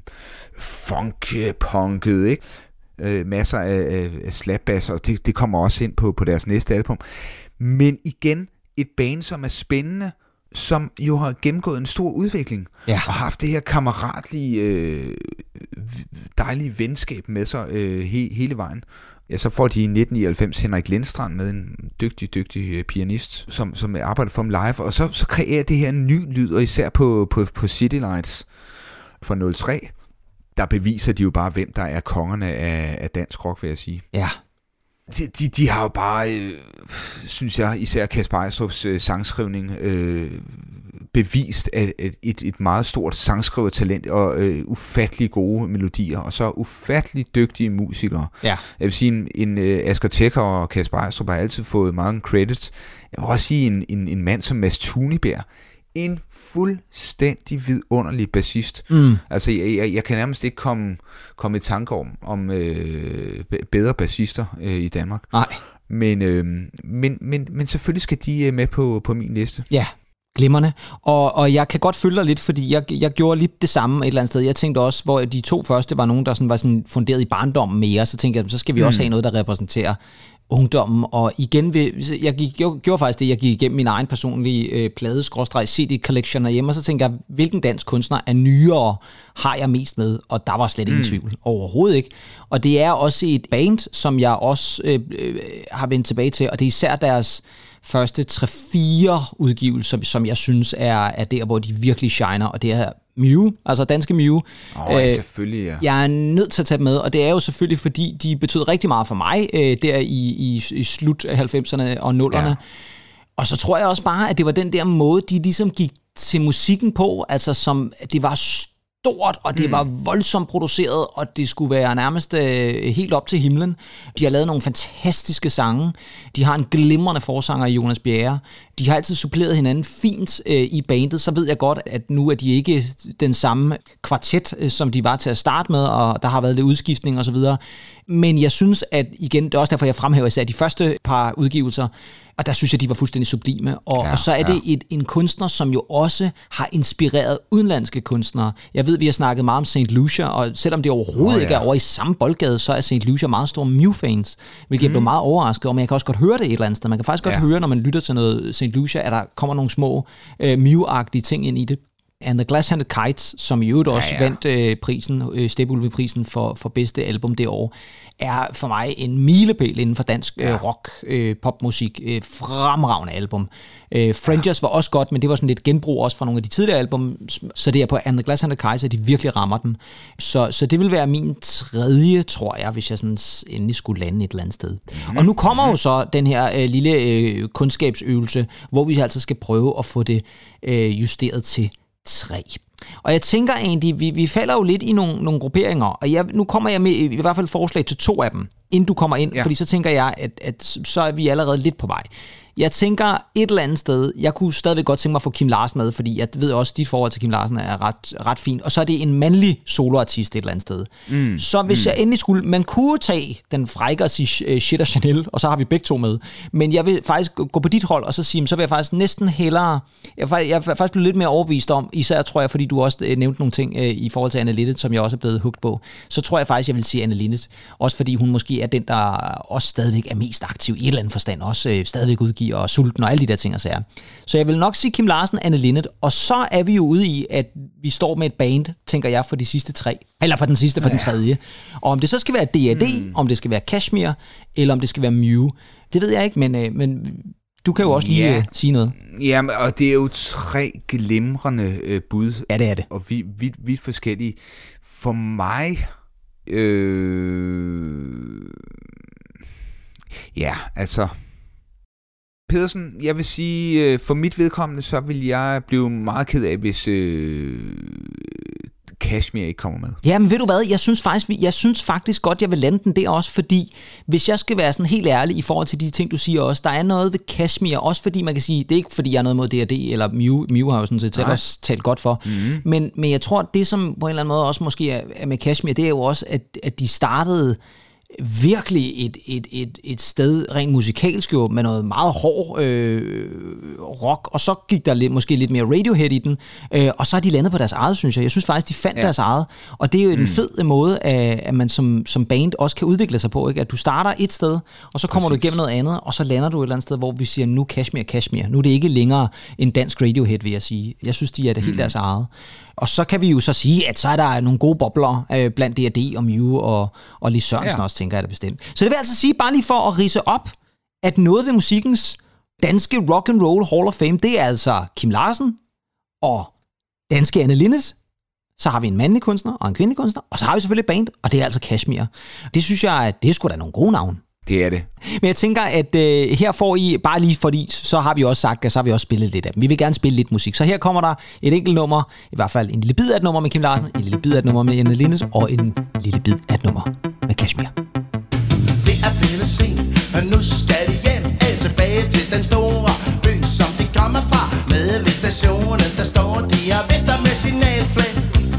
funk-punket, ikke? Øh, masser af, af slapbass, og det, det kommer også ind på, på deres næste album. Men igen, et band, som er spændende, som jo har gennemgået en stor udvikling, ja. og haft det her kammeratlige, øh, dejlige venskab med sig øh, he, hele vejen. Ja, så får de i nitten nioghalvfems Henrik Lindstrand med, en dygtig, dygtig pianist, som, som arbejder for dem live, og så, så kreerer det her en ny lyd, og især på, på, på City Lights fra nul tre, der beviser de jo bare, hvem der er kongerne af, af dansk rock, vil jeg sige. Ja. De, de, de har jo bare, øh, synes jeg, især Kasper Ejstrups øh, sangskrivning, øh, bevist at, at et, et meget stort sangskrivertalent og øh, ufattelig gode melodier, og så ufattelig dygtige musikere. Ja. Jeg vil sige, en, en uh, Asger Tækhav og Kasper Ejstrup har altid fået mange credits. Jeg vil også sige, en, en, en mand som Mads Thunebjerg, en fuldstændig vidunderlig bassist. Mm. Altså, jeg, jeg, jeg kan nærmest ikke komme, komme i tanke om, om øh, bedre bassister øh, i Danmark. Nej. Men, øh, men, men, men selvfølgelig skal de øh, med på, på min liste. Ja, glimrende. Og, og jeg kan godt følge dig lidt, fordi jeg, jeg gjorde lidt det samme et eller andet sted. Jeg tænkte også, hvor de to første var nogen, der sådan var sådan funderet i barndommen mere, så tænkte jeg, så skal vi mm. også have noget, der repræsenterer ungdommen, og igen, jeg, gik, jeg gjorde faktisk det, jeg gik igennem min egen personlige øh, plade-C D-collection herhjemme, og så tænkte jeg, hvilken dansk kunstner er nyere har jeg mest med, og der var slet ingen mm. tvivl, overhovedet ikke. Og det er også et band, som jeg også øh, øh, har vendt tilbage til, og det er især deres første tre-fire udgivelser, som jeg synes er, er der, hvor de virkelig shiner, og det er Mew, altså danske Mew. Åh, oh, øh, selvfølgelig, ja. Jeg er nødt til at tage dem med, og det er jo selvfølgelig, fordi de betød rigtig meget for mig, øh, der i, i, i slut af halvfemserne og nullerne. Ja. Og så tror jeg også bare, at det var den der måde, de ligesom gik til musikken på, altså som, det var stort, og det mm. var voldsomt produceret, og det skulle være nærmest øh, helt op til himlen. De har lavet nogle fantastiske sange. De har en glimrende forsanger i Jonas Bjerre. De har altid suppleret hinanden fint øh, i bandet. Så ved jeg godt, at nu er de ikke den samme kvartet, øh, som de var til at starte med, og der har været lidt udskiftning og så videre. Men jeg synes, at igen, det er også derfor, jeg fremhæver især de første par udgivelser, og der synes jeg, de var fuldstændig sublime. Og, ja, og så er det ja. et, en kunstner, som jo også har inspireret udenlandske kunstnere. Jeg ved, vi har snakket meget om Saint Lucia, og selvom det overhovedet oh, ja. ikke er over i samme boldgade, så er Saint Lucia meget store Mew-fans, hvilket mm. jeg blev meget overrasket over, men jeg kan også godt høre det et eller andet sted. Man kan faktisk godt ja. høre, når man lytter til noget Saint Lucia, at der kommer nogle små øh, Mew-agtige ting ind i det. And the Glass-Handed Kites, som i øvrigt også ja, ja. vandt øh, prisen, øh, Stepulve-prisen for, for bedste album det år, er for mig en milepæl inden for dansk øh, rock, øh, popmusik. Øh, fremragende album. Øh, Frangers ja. var også godt, men det var sådan lidt genbrug også fra nogle af de tidligere album, så det er på And the Glass-Handed Kites, at de virkelig rammer den. Så, så det vil være min tredje, tror jeg, hvis jeg sådan endelig skulle lande et eller andet sted. Mm-hmm. Og nu kommer jo så den her øh, lille øh, kundskabsøvelse, hvor vi altså skal prøve at få det øh, justeret til tre. Og jeg tænker egentlig, vi, vi falder jo lidt i nogle, nogle grupperinger, og jeg, nu kommer jeg med i hvert fald forslag til to af dem, inden du kommer ind, ja. fordi så tænker jeg, at, at så er vi allerede lidt på vej. Jeg tænker et eller andet sted, jeg kunne stadigvæk godt tænke mig at få Kim Larsen med, fordi jeg ved også, at dit forhold til Kim Larsen er ret, ret fint, og så er det en mandlig soloartist et eller andet sted. Mm. Så hvis mm. jeg endelig skulle, man kunne tage den frække og sige Shit og Chanel, og så har vi begge to med, men jeg vil faktisk gå på dit hold, og så sige, så vil jeg faktisk næsten hellere, jeg er, jeg er faktisk blevet lidt mere overbevist om, især tror jeg, fordi du også nævnte nogle ting øh, i forhold til Anne Linnet, som jeg også er blevet hugt på, så tror jeg faktisk, jeg vil sige Anne Linnet, også fordi hun måske er den, der også stadigvæk er mest aktiv i et eller andet forstand, også øh, stadigvæk udgiver og sulten og alle de der ting og sager. Så jeg vil nok sige Kim Larsen, Anne Linnet, og så er vi jo ude i, at vi står med et band, tænker jeg, for de sidste tre, eller for den sidste, for ja. den tredje. Og om det så skal være D A D, mm. om det skal være Kashmir, eller om det skal være Mew, det ved jeg ikke, men, øh, men du kan jo også lige ja. sige noget. Ja, og det er jo tre glimrende øh, bud. Ja, det er det. Og vidt, vidt, vidt forskellige. For mig... Øh, ja, altså... Pedersen, jeg vil sige, for mit vedkommende, så vil jeg blive meget ked af, hvis øh, Kashmir ikke kommer med. Ja, men ved du hvad, jeg synes faktisk, jeg synes faktisk godt, jeg vil lande den der også, fordi hvis jeg skal være sådan helt ærlig i forhold til de ting, du siger også, der er noget ved Kashmir, også fordi man kan sige, det er ikke fordi jeg er noget mod D A D, eller Mew, Mew har jo sådan set også talt godt for, mm-hmm. men, men jeg tror, det som på en eller anden måde også måske er med Kashmir, det er jo også, at, at de startede virkelig et, et, et, et sted rent musikalsk jo, med noget meget hård øh, rock, og så gik der lidt, måske lidt mere Radiohead i den, øh, og så har de landet på deres eget, synes jeg. Jeg synes faktisk, de fandt ja. deres eget, og det er jo mm. en fed måde, at, at man som, som band også kan udvikle sig på, ikke? At du starter et sted, og så kommer Præcis. du igennem noget andet, og så lander du et eller andet sted, hvor vi siger, nu Kashmir, Kashmir. Nu er det ikke længere en dansk Radiohead, vil jeg sige. Jeg synes, de er det mm. helt deres eget. Og så kan vi jo så sige, at så er der nogle gode bobler øh, blandt D A D og Mew og, og Lis Sørensen ja. også, tænker jeg da bestemt. Så det vil altså sige, bare lige for at ridse op, at noget ved musikkens danske rock and roll Hall of Fame, det er altså Kim Larsen og danske Anne Linnet. Så har vi en mandlig kunstner og en kvindelig kunstner, og så har vi selvfølgelig et band, og det er altså Kashmir. Det synes jeg, at det er sgu da nogle gode navne. Det er det. Men jeg tænker, at øh, her får I, bare lige fordi, så har vi også sagt, at så har vi også spillet lidt af dem. Vi vil gerne spille lidt musik. Så her kommer der et enkelt nummer, i hvert fald en lille bid af et nummer med Kim Larsen, en lille bid af et nummer med Anne Linnet, og en lille bid af et nummer med Kashmir. Det er blevet sent, og nu skal de hjem af tilbage til den store by, som de kommer fra. Med ved stationen, der står de og vifter med signalflag.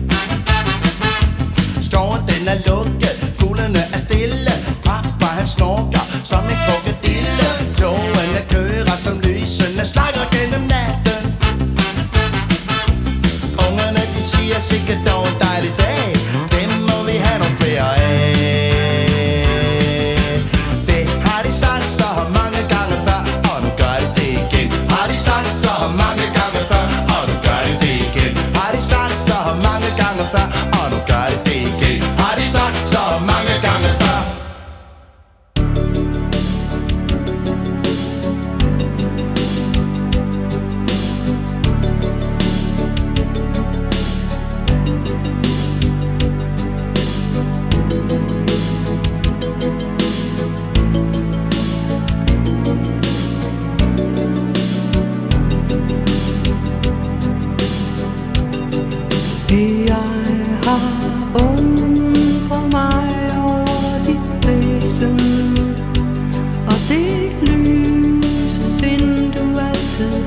Skoven den er lukket, fuglene er stille, pappa han snorker som en krokodille. Togene kører som lysene slakker gennem natten. Ungerne de siger sikkert dog en dejlig dag, dem må vi have nogle flere af.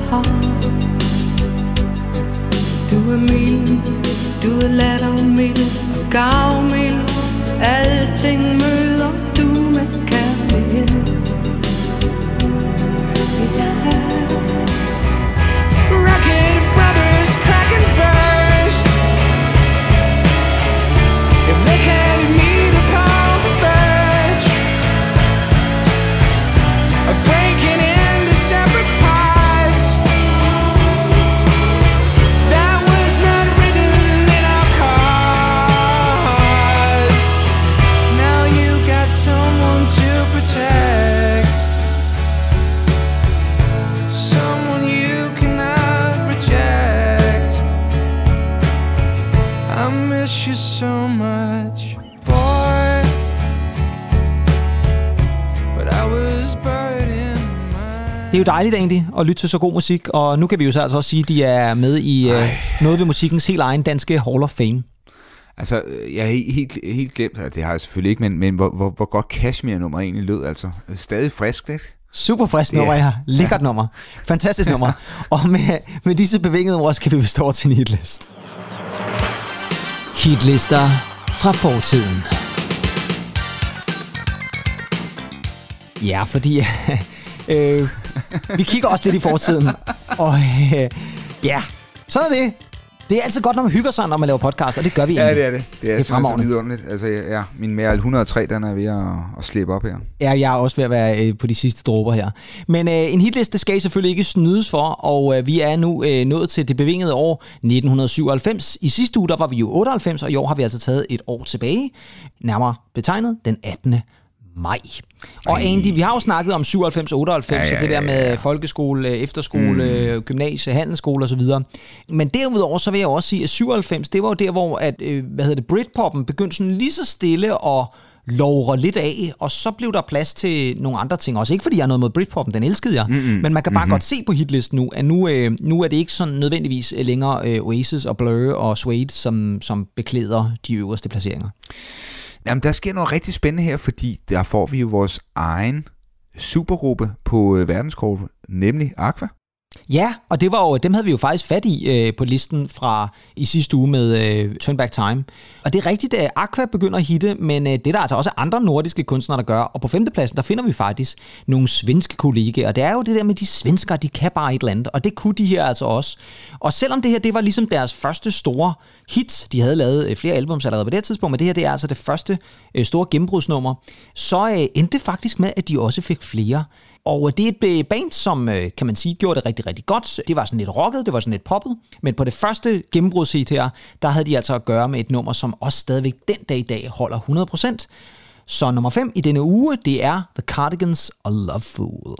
har. Du er mild, du er lattermild og gavmild. Alting møder du med kærlighed. Yeah. Rocket brothers crack and burst. If they can't meet upon the verge of breaking into separate parts, that was not written in our cards. Now you got someone to protect, someone you cannot reject. I miss you so much, boy, but I was buried in my... Det er jo dejligt egentlig at lytte til så god musik, og nu kan vi jo så altså også sige, at de er med i uh, noget ved musikkens helt egen danske Hall of Fame. Altså, jeg er helt, helt, helt glemt, det har jeg selvfølgelig ikke, men, men hvor, hvor, hvor godt Kashmir-nummer egentlig lød, altså. Stadig frisk, ikke? Super frisk nummer, Ja. ja. Lækkert nummer. Fantastisk nummer. Og med, med disse bevingede ord skal vi bestå over til en hitlist. Hitlister fra fortiden. Ja, fordi øh, vi kigger også lidt i fortiden. Og øh, ja, sådan er det. Det er altid godt, når man hygger sig, når man laver podcast, og det gør vi Ja, egentlig. det er det. Det er, Det er simpelthen så fremragende. vidunderligt. Altså, ja, min mere et hundrede og tre, den er ved at, at slippe op her. Ja, jeg er også ved at være øh, på de sidste dråber her. Men øh, en hitliste skal I selvfølgelig ikke snydes for, og øh, vi er nu øh, nået til det bevingede år nitten syvoghalvfems. I sidste uge, der var vi jo otteoghalvfems, og i år har vi altså taget et år tilbage. Nærmere betegnet den attende maj. Og egentlig, vi har jo snakket om syvoghalvfems og otteoghalvfems, Ja, ja, og det der ja, ja. med folkeskole, efterskole, mm. gymnasie, handelsskole og så videre. Men derudover, så vil jeg også sige, at syvoghalvfems, det var jo der, hvor at, øh, hvad hedder det, Britpoppen begyndte sådan lige så stille at lovre lidt af, og så blev der plads til nogle andre ting også. Ikke fordi jeg har noget mod Britpoppen, den elskede jeg, mm-hmm. men man kan bare mm-hmm. godt se på hitlisten nu, at nu, øh, nu er det ikke sådan nødvendigvis længere øh, Oasis og Blur og Suede, som, som beklæder de øverste placeringer. Jamen, der sker noget rigtig spændende her, fordi der får vi jo vores egen supergruppe på øh, verdenskortet, nemlig Aqua. Ja, og det var jo, dem havde vi jo faktisk fat i øh, på listen fra i sidste uge med øh, Turn Back Time. Og det er rigtigt, at Aqua begynder at hitte, men øh, det er der altså også andre nordiske kunstnere, der gør. Og på femtepladsen, der finder vi faktisk nogle svenske kollegaer. Og det er jo det der med de svenskere, de kan bare et eller andet. Og det kunne de her altså også. Og selvom det her, det var ligesom deres første store hit, de havde lavet øh, flere albums allerede på det her tidspunkt, men det her, det er altså det første øh, store gennembrudsnummer, så øh, endte det faktisk med, at de også fik flere. Og det er et band, som, kan man sige, gjorde det rigtig, rigtig godt. Det var sådan lidt rocket, det var sådan lidt poppet. Men på det første gennembrudshit her, der havde de altså at gøre med et nummer, som også stadigvæk den dag i dag holder hundrede procent. Så nummer fem i denne uge, det er The Cardigans og Love Fool.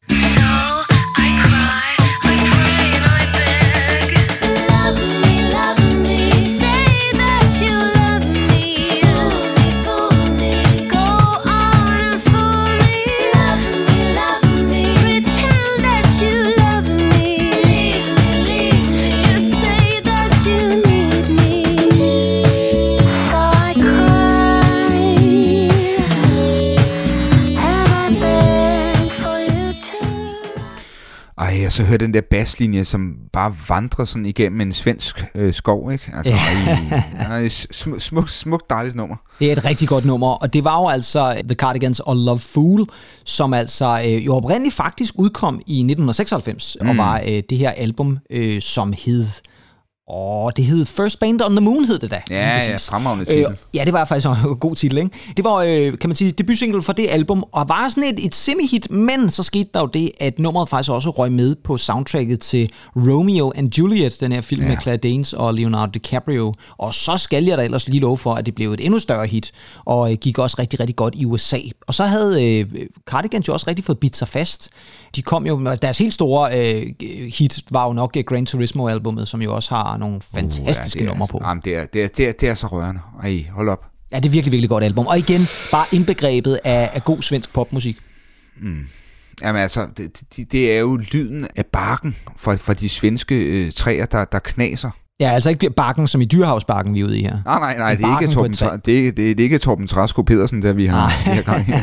Ej, og så hører den der basslinje, som bare vandrer sådan igennem en svensk øh, skov, ikke? Altså, ej, sm- smuk, smuk, dejligt nummer. Det er et rigtig godt nummer, og det var jo altså The Cardigans og Love Fool, som altså øh, jo oprindeligt faktisk udkom i nitten seksoghalvfems, mm. og var øh, det her album, øh, som hed... Åh, det hed First Band on the Moon, hed det da. Ja, ja, fremragende titel. Øh, ja, det var faktisk en god titel, ikke? Det var, øh, kan man sige, debutsingle for det album, og var sådan et, et semi-hit, men så skete der jo det, at nummeret faktisk også røg med på soundtracket til Romeo and Juliet, den her film ja. med Claire Danes og Leonardo DiCaprio. Og så skal jeg da ellers lige love for, at det blev et endnu større hit, og øh, gik også rigtig, rigtig godt i U S A. Og så havde øh, Cardigans jo også rigtig fået bidt sig fast. De kom jo, deres helt store øh, hit var jo nok Gran Turismo-albummet, som jo også har nogle fantastiske uh, ja, numre på. Jamen, det, er, det, er, det, er, det er så rørende. Ej, hold op. Ja, det er virkelig, virkelig godt album. Og igen, bare indbegrebet af, af god svensk popmusik. Mm. Jamen altså, det, det, det er jo lyden af barken fra, fra de svenske øh, træer, der, der knaser. Ja, altså ikke barken som i Dyrehavsbarken, vi er ude i her. Nej, nej, nej, det er, ikke Torben, det, er, det, er, det er ikke Torben Træsko Pedersen, der vi har, vi har gang i.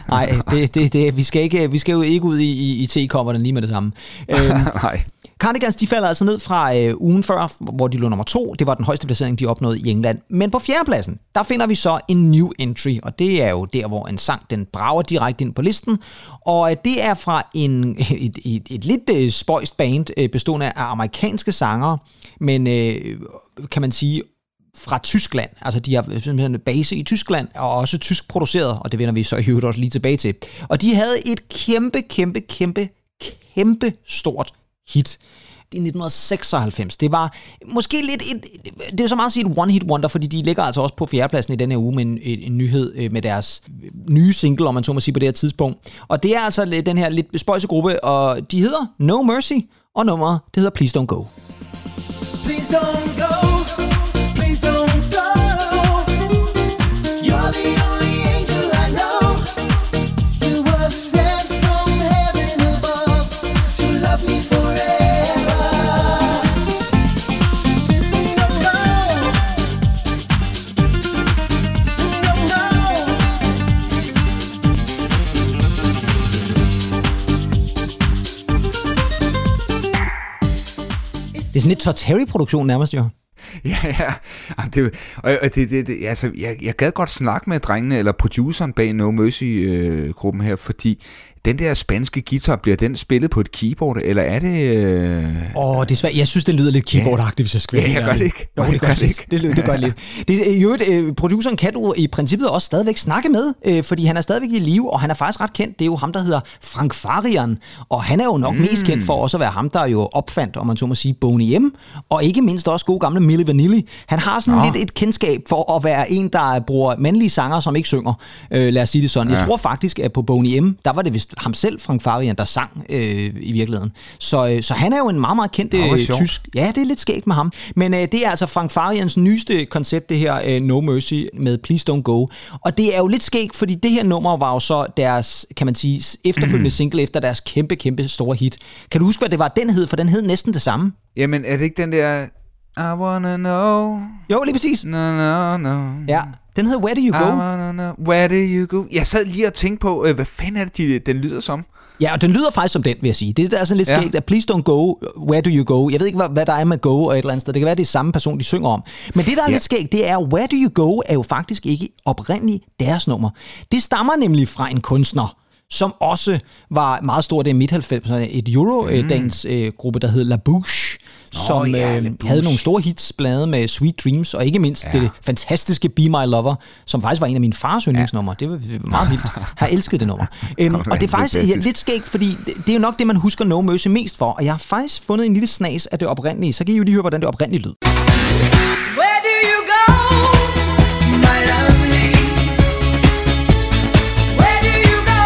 Nej, det, det, det, vi, skal ikke, vi skal jo ikke ud i, i, i tekopperne lige med det samme. Øhm, Nej. Cardigans, de falder altså ned fra øh, ugen før, hvor de lå nummer to. Det var den højeste placering, de opnåede i England. Men på fjerdepladsen, der finder vi så en new entry, og det er jo der, hvor en sang, den brager direkte ind på listen. Og øh, det er fra en, et, et, et lidt øh, spøjst band, øh, bestående af amerikanske sangere, men øh, kan man sige fra Tyskland. Altså de har simpelthen base i Tyskland, og også tysk produceret, og det vender vi så i øvrigt også lige tilbage til. Og de havde et kæmpe, kæmpe, kæmpe, kæmpe stort hit i nitten seksoghalvfems. Det var måske lidt et, det er så meget at sige et one hit wonder, fordi de ligger altså også på fjerdepladsen i denne her uge med en, en, en nyhed med deres nye single, om man så må sige på det her tidspunkt. Og det er altså den her lidt spøjse gruppe, og de hedder No Mercy, og nummeret, det hedder Please Don't Go. Please don't go. Please don't go. You're the only angel I know. You were sent from heaven above to love me forever. No, no. No, no. Det er sådan lidt Todd Terry-produktion nærmest, jo. Ja, ja. Det, og det, det, det, altså, jeg, jeg gad godt snakke med drengene, eller produceren bag No Mercy-gruppen her, fordi den der spanske guitar, bliver den spillet på et keyboard, eller er det... Øh... Åh, oh, det er svært. Jeg synes, det lyder lidt keyboard-agtigt, hvis jeg skal være. Ja, jeg gør det ikke. Jo, det gør det ikke. Det, det gør lidt. Det, jo, det, produceren kan du i princippet også stadigvæk snakke med, øh, fordi han er stadigvæk i live, og han er faktisk ret kendt. Det er jo ham, der hedder Frank Farian, og han er jo nok mm. mest kendt for også at være ham, der jo opfandt, om man så må sige, Boney M, og ikke mindst også gode gamle Milli Vanilli. Han har sådan Nå. lidt et kendskab for at være en, der bruger mandlige sanger, som ikke synger. Øh, lad os sige det sådan. Ja. Jeg tror faktisk, at på Boney M, der var det vist ham selv, Frank Farian, der sang øh, i virkeligheden. Så, øh, så han er jo en meget, meget kendt øh, tysk. Ja, det er lidt skægt med ham. Men øh, det er altså Frank Farians nyeste koncept, det her øh, No Mercy med Please Don't Go. Og det er jo lidt skægt, fordi det her nummer var jo så deres, kan man sige, efterfølgende single efter deres kæmpe, kæmpe store hit. Kan du huske, hvad det var, den hed? For den hed næsten det samme. Jamen, er det ikke den der... I wanna know... Jo, lige præcis. No, no, no. Ja. Den hedder Where Do You Go? I wanna know where do you go? Jeg sad lige og tænkte på, øh, hvad fanden er det, de, den lyder som? Ja, og den lyder faktisk som den, vil jeg sige. Det er sådan lidt skægt, ja. At Please Don't Go, Where Do You Go? Jeg ved ikke, hvad, hvad der er med Go og et eller andet sted. Det kan være, det er samme person, de synger om. Men det, der er ja. lidt skægt, det er, Where Do You Go er jo faktisk ikke oprindeligt deres nummer. Det stammer nemlig fra en kunstner, som også var meget stor, det er midt halvfemserne, et Eurodance-gruppe, der hed La Bouche, som oh, ja, øh, havde nogle store hits, blandt andet med Sweet Dreams, og ikke mindst ja. det fantastiske Be My Lover, som faktisk var en af mine fars yndlingsnumre. Det var meget vildt. Jeg har elsket det nummer. øhm, og det er faktisk ja, lidt skægt, fordi det er jo nok det, man husker No Mercy mest for, og jeg har faktisk fundet en lille snas af det oprindelige, så kan I jo lige høre, hvordan det oprindelige lød. Where do you go, my lovely? Where do you go?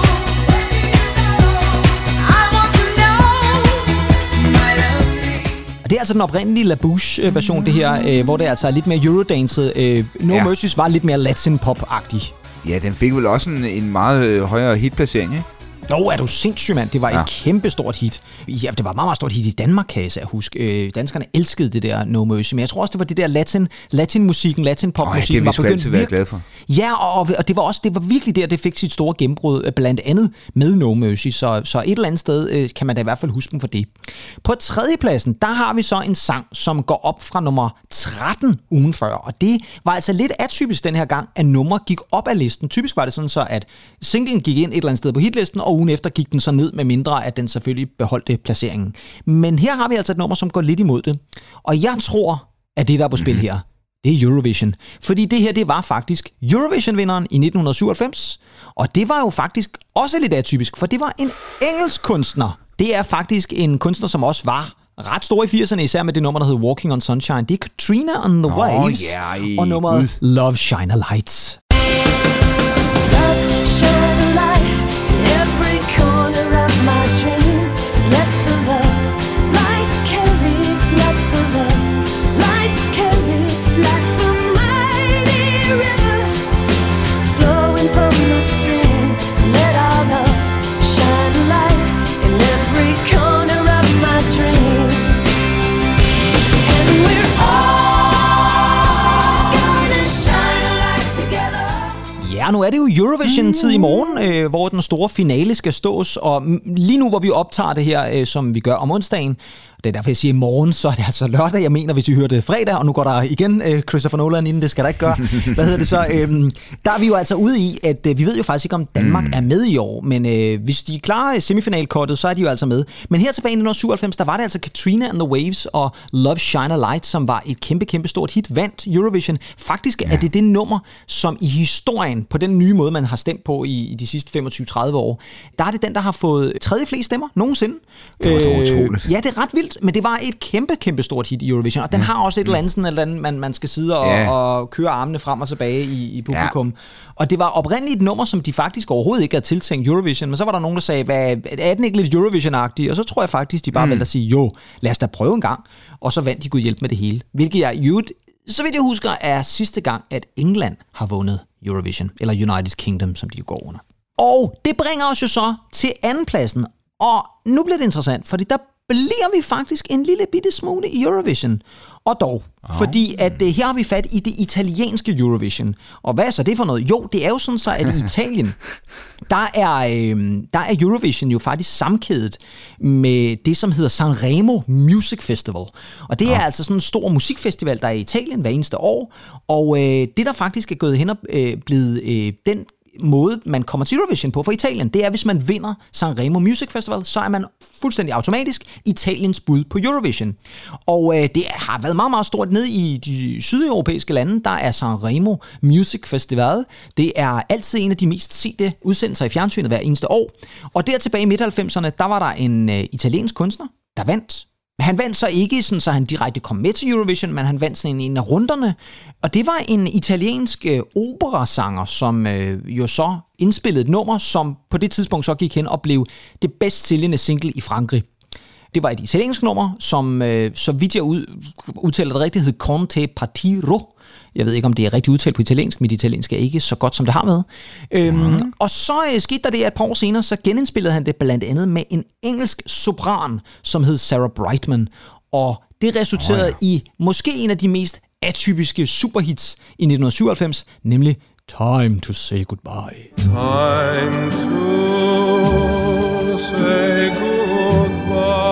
I want to know, my lovely. Det er altså den oprindelige La Bouche-version, det her, øh, hvor det altså er lidt mere Eurodance. Øh, no ja. Mercy's var lidt mere Latin-pop-agtig. Ja, den fik vel også en, en meget øh, højere hitplacering, ikke? Jo, er du sindssyg, mand. Det var ja. et kæmpe stort hit. Ja, det var meget, meget stort hit i Danmark, kan jeg huske. Øh, danskerne elskede det der No Mercy, men jeg tror også, det var det der latin, latin-musikken, latin-pop-musikken. Oh, ja, det har vi sgu altid været glade for. Ja, og, og det var også det var virkelig der, det fik sit store gennembrud, blandt andet med No Mercy, så, så et eller andet sted øh, kan man da i hvert fald huske dem for det. På tredjepladsen, der har vi så en sang, som går op fra nummer tretten ugen før, og det var altså lidt atypisk den her gang, at nummer gik op af listen. Typisk var det sådan så, at singlen gik ind et eller andet sted på hitlisten, og ugen efter gik den så ned, med mindre at den selvfølgelig beholdte placeringen. Men her har vi altså et nummer, som går lidt imod det. Og jeg tror, at det, der er på spil mm-hmm. her, det er Eurovision. Fordi det her, det var faktisk Eurovision-vinderen i nitten syvoghalvfems. Og det var jo faktisk også lidt atypisk, for det var en engelsk kunstner. Det er faktisk en kunstner, som også var ret stor i firserne, især med det nummer, der hedder Walking on Sunshine. Det er Katrina on the Waves, oh, yeah, og nummeret Love Shine a Light. Love shine a light in every corner of my dreams. Let the love light carry, let the love light carry, like the mighty river flowing from the stream. Let our love shine a light in every corner of my dream. And we're all gonna shine a light together. Ja, nu er det jo Eurovision-tid i morgen, øh, hvor den store finale skal stås, og lige nu, hvor vi optager det her, øh, som vi gør om onsdagen, det er derfor, jeg siger i morgen, så er det altså lørdag, jeg mener, hvis I hører det fredag, og nu går der igen øh, Christopher Nolan inden, det skal der ikke gøre. Hvad hedder det så? Øhm, der er vi jo altså ude i, at øh, vi ved jo faktisk ikke, om Danmark mm. er med i år, men øh, hvis de klarer semifinalkortet, så er de jo altså med. Men her tilbage i nitten syvoghalvfems, der var det altså Katrina and the Waves og Love Shine a Light, som var et kæmpe, kæmpe stort hit, vandt Eurovision. Faktisk ja. er det det nummer, som i historien, på den nye måde, man har stemt på i, i de sidste femogtyve til tredive år, der er det den, der har fået tredje flest stemmer nogensinde. Det var øh, utroligt. Ja, det er ret vildt. Men det var et kæmpe, kæmpe stort hit i Eurovision, og den har også et eller andet sådan, eller andet, man, man skal sidde og, yeah. og køre armene frem og tilbage i, i publikum. Yeah. Og det var oprindeligt et nummer, som de faktisk overhovedet ikke havde tiltænkt Eurovision, men så var der nogen, der sagde, hvad, er den ikke lidt Eurovision-agtig? Og så tror jeg faktisk, de bare mm. valgte at sige, jo, lad os da prøve en gang. Og så vandt de Gud hjælp med det hele. Hvilket jeg, jo, så vidt jeg husker, er sidste gang, at England har vundet Eurovision, eller United Kingdom, som de jo går under. Og det bringer os jo så til andenpladsen, og nu bliver det interessant, fordi der bliver vi faktisk en lille bitte smule i Eurovision. Og dog, oh. fordi at uh, her har vi fat i det italienske Eurovision. Og hvad er så det for noget? Jo, det er jo sådan så, at i Italien, der er, øh, der er Eurovision jo faktisk sammenkædet med det, som hedder Sanremo Music Festival. Og det er oh. altså sådan en stor musikfestival, der er i Italien hver eneste år. Og øh, det, der faktisk er gået hen og øh, blevet øh, den måde, man kommer til Eurovision på for Italien, det er, hvis man vinder Sanremo Music Festival, så er man fuldstændig automatisk Italiens bud på Eurovision. Og øh, det har været meget, meget stort ned i de sydeuropæiske lande. Der er Sanremo Music Festival. Det er altid en af de mest sete udsendelser i fjernsynet hver eneste år. Og der tilbage i midt halvfemserne, der var der en øh, italiensk kunstner, der vandt. Han vandt så ikke, sådan, så han direkte kom med til Eurovision, men han vandt sådan en af runderne. Og det var en italiensk øh, operasanger, som øh, jo så indspillede et nummer, som på det tidspunkt så gik hen og blev det bedst sælgende single i Frankrig. Det var et italiensk nummer, som, øh, så vidt jeg ud, udtaler det rigtigt, hed Conte Partiro. Jeg ved ikke, om det er rigtig udtalt på italiensk, mit italiensk er ikke så godt, som det har været. Øhm, mm. Og så øh, skete der det, at et par år senere, så genindspillede han det blandt andet med en engelsk sopran, som hed Sarah Brightman. Og det resulterede oh, ja. i måske en af de mest atypiske superhits i nitten syvoghalvfems, nemlig Time to Say Goodbye. Time to say goodbye.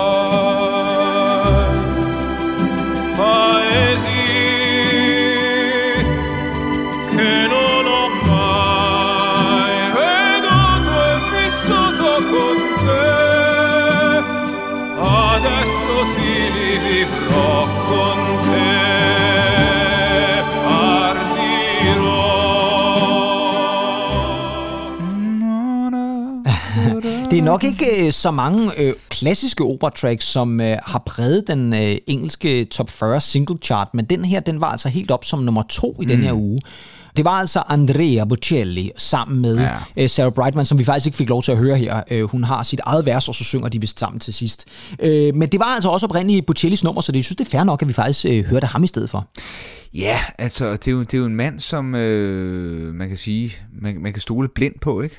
Det er nok ikke øh, så mange øh, klassiske opera-tracks, som øh, har præget den øh, engelske top fyrre single chart, men den her, den var altså helt op som nummer to i mm. den her uge. Det var altså Andrea Bocelli sammen med ja. øh, Sarah Brightman, som vi faktisk ikke fik lov til at høre her. Øh, hun har sit eget vers, og så synger de vist sammen til sidst. Øh, men det var altså også oprindeligt Bocellis nummer, så det, jeg synes, det er fair nok, at vi faktisk øh, hørte ham i stedet for. Ja, altså, det er jo, det er jo en mand, som øh, man kan sige, man, man kan stole blind på, ikke?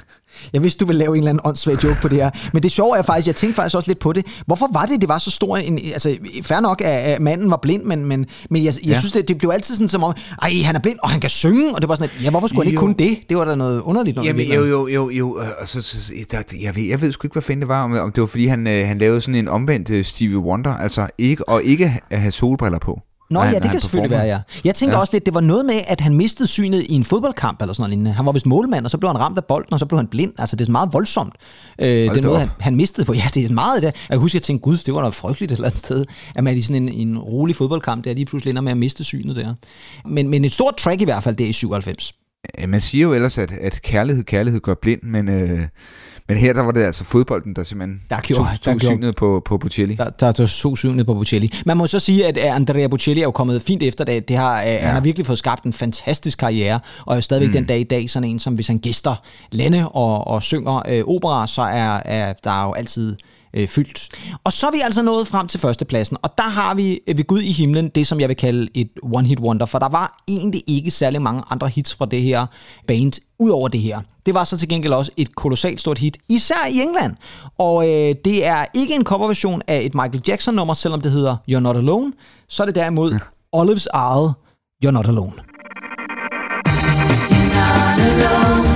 Jeg vidste, du ville lave en eller anden åndssvag joke på det her. Men det sjove er faktisk, jeg tænkte faktisk også lidt på det. Hvorfor var det, det var så stor en... Altså, fair nok, at manden var blind, men, men, men jeg, jeg ja. synes, det, det blev altid sådan som om, ej, han er blind, og han kan synge, og det var sådan, at, ja, hvorfor skulle han ikke kunne det? Det var da noget underligt noget. Jamen, jo, jo, jo, jo, altså, så, der, jeg, ved, jeg ved sgu ikke, hvad fanden det var, om, om det var, fordi han, han lavede sådan en omvendt Stevie Wonder, altså ikke, og ikke at have solbriller på. Nå han, ja, det kan selvfølgelig være, ja. Jeg tænker ja. også lidt, det var noget med, at han mistede synet i en fodboldkamp eller sådan noget. Han var vist målmand, og så blev han ramt af bolden, og så blev han blind. Altså, det er meget voldsomt. Øh, det er noget, han, han mistede på. Ja, det er meget af det. Jeg husker, jeg tænkte, gud, det var noget frygteligt et eller andet sted, at man i sådan en, en rolig fodboldkamp, der lige pludselig ender med at miste synet der. Men, men et stort track i hvert fald, det er i syvoghalvfems. Man siger jo ellers, at, at kærlighed, kærlighed gør blind, men... Øh Men her der var det altså fodbolden, der simpelthen der gjorde, tog, tog der synet på, på Bocelli. Der, der tog to synet på Bocelli. Man må så sige, at Andrea Bocelli er jo kommet fint efter det. det har, ja. Han har virkelig fået skabt en fantastisk karriere, og er stadigvæk mm. den dag i dag sådan en, som hvis han gæster lande og, og synger øh, opera, så er, er der jo altid øh, fyldt. Og så er vi altså nået frem til førstepladsen, og der har vi ved Gud i himlen det, som jeg vil kalde et one-hit wonder, for der var egentlig ikke særlig mange andre hits fra det her band, ud over det her. Det var så til gengæld også et kolossalt stort hit, især i England. Og øh, det er ikke en coverversion af et Michael Jackson-nummer, selvom det hedder You're Not Alone. Så er det derimod Olives eget You're Not Alone. You're not alone.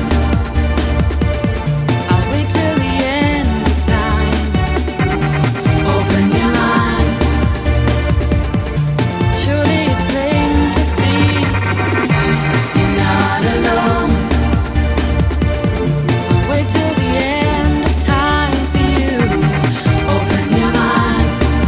I'll wait till the end of time. Open your mind. Surely it's plain to see you're not alone. I'll wait till the end of time for you. Open your mind.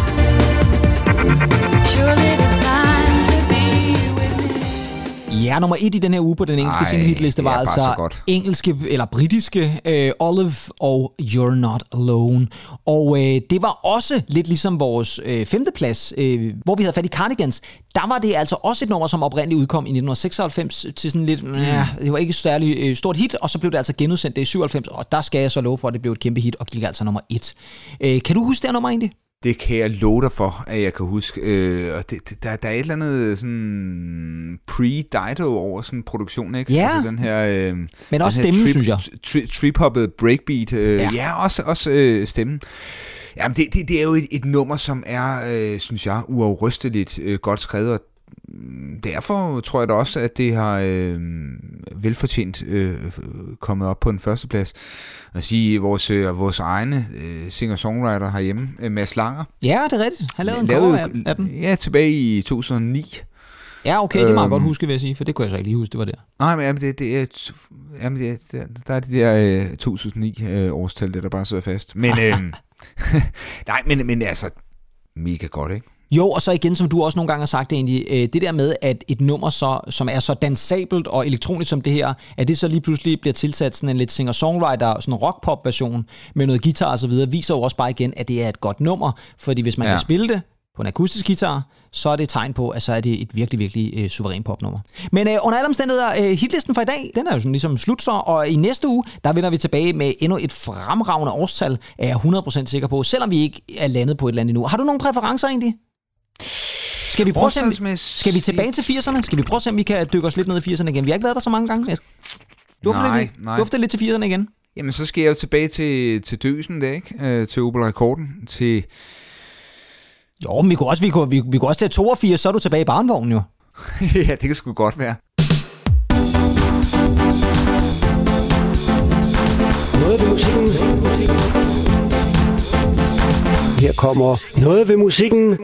Surely it's time to be with me. Ja, nummer et i den her uge på den engelske Ej, singlehitliste var det er bare så altså godt. engelske, eller britiske, øh, Olive og You're Not Alone. Og øh, det var også lidt ligesom vores øh, femteplads, øh, hvor vi havde fat i Cardigans. Der var det altså også et nummer, som oprindeligt udkom i nitten seksoghalvfems til sådan lidt, ja, det var ikke et særligt øh, stort hit, og så blev det altså genudsendt det i syvoghalvfems, og der skal jeg så love for, at det blev et kæmpe hit, og gik altså nummer et. Øh, kan du huske det her nummer egentlig? Det kan jeg love dig for, at jeg kan huske. Øh, og det, det, der, der er et eller andet sådan pre-Dido over sådan en produktion, ikke? Ja. Altså den her, øh, Men også den her stemmen, trip- synes jeg. Tri- trip-hoppet breakbeat. Øh, Ja. ja. ja, også, også øh, stemmen. Jamen, det, det, det er jo et, et nummer, som er, øh, synes jeg, uafrysteligt øh, godt skrevet, og derfor tror jeg da også, at det har øh, velfortjent øh, kommet op på den første plads. At sige, vores, øh, vores egne øh, singer-songwriter herhjemme, øh, Mads Langer, Ja, det er rigtigt. Han lavede en lavede cover jo- af, af den. Ja, tilbage i to tusind og ni. Ja, okay, det er meget Øhm. godt huske, vil jeg sige, for det kunne jeg så ikke lige huske, det var der. Nej, men jamen, det, det er, t- jamen, det er, der, der er det der øh, to tusind og ni øh, årstal, det der bare sidder fast. Men, øh, nej, men, men altså, mega godt, ikke? Jo, og så igen, som du også nogle gange har sagt egentlig, øh, det der med, at et nummer, så, som er så dansabelt og elektronisk som det her, at det så lige pludselig bliver tilsat sådan en lidt singer-songwriter, sådan en rock-pop-version med noget guitar og så videre, viser jo også bare igen, at det er et godt nummer, fordi hvis man ja. Ja. kan spille det på en akustisk guitar, så er det et tegn på, at så er det et virkelig, virkelig øh, suveræn popnummer. Men øh, under alle omstændigheder, øh, hitlisten for i dag, den er jo sådan ligesom slut så, og i næste uge, der vender vi tilbage med endnu et fremragende årstal, er jeg hundrede procent sikker på, selvom vi ikke er landet på et eller andet endnu. Har du nogle præferencer egentlig? Skal vi prøve at se, om vi, skal vi tilbage til firserne? Skal vi prøve at se, om vi kan dykke os lidt ned i firserne igen? Vi har ikke været der så mange gange. Jeg dufter Nej, lidt, nej. dufter lidt til firserne igen. Jamen, så skal jeg jo tilbage til, til døsen, der, ikke? Øh, til Opel Rekorden, til... Jo, men vi kunne også, vi kunne, vi, vi kunne også tage toogfirs, så er du tilbage i barnevognen jo. ja, det kan sgu godt være. Noget ved musikken. Her kommer noget ved musikken.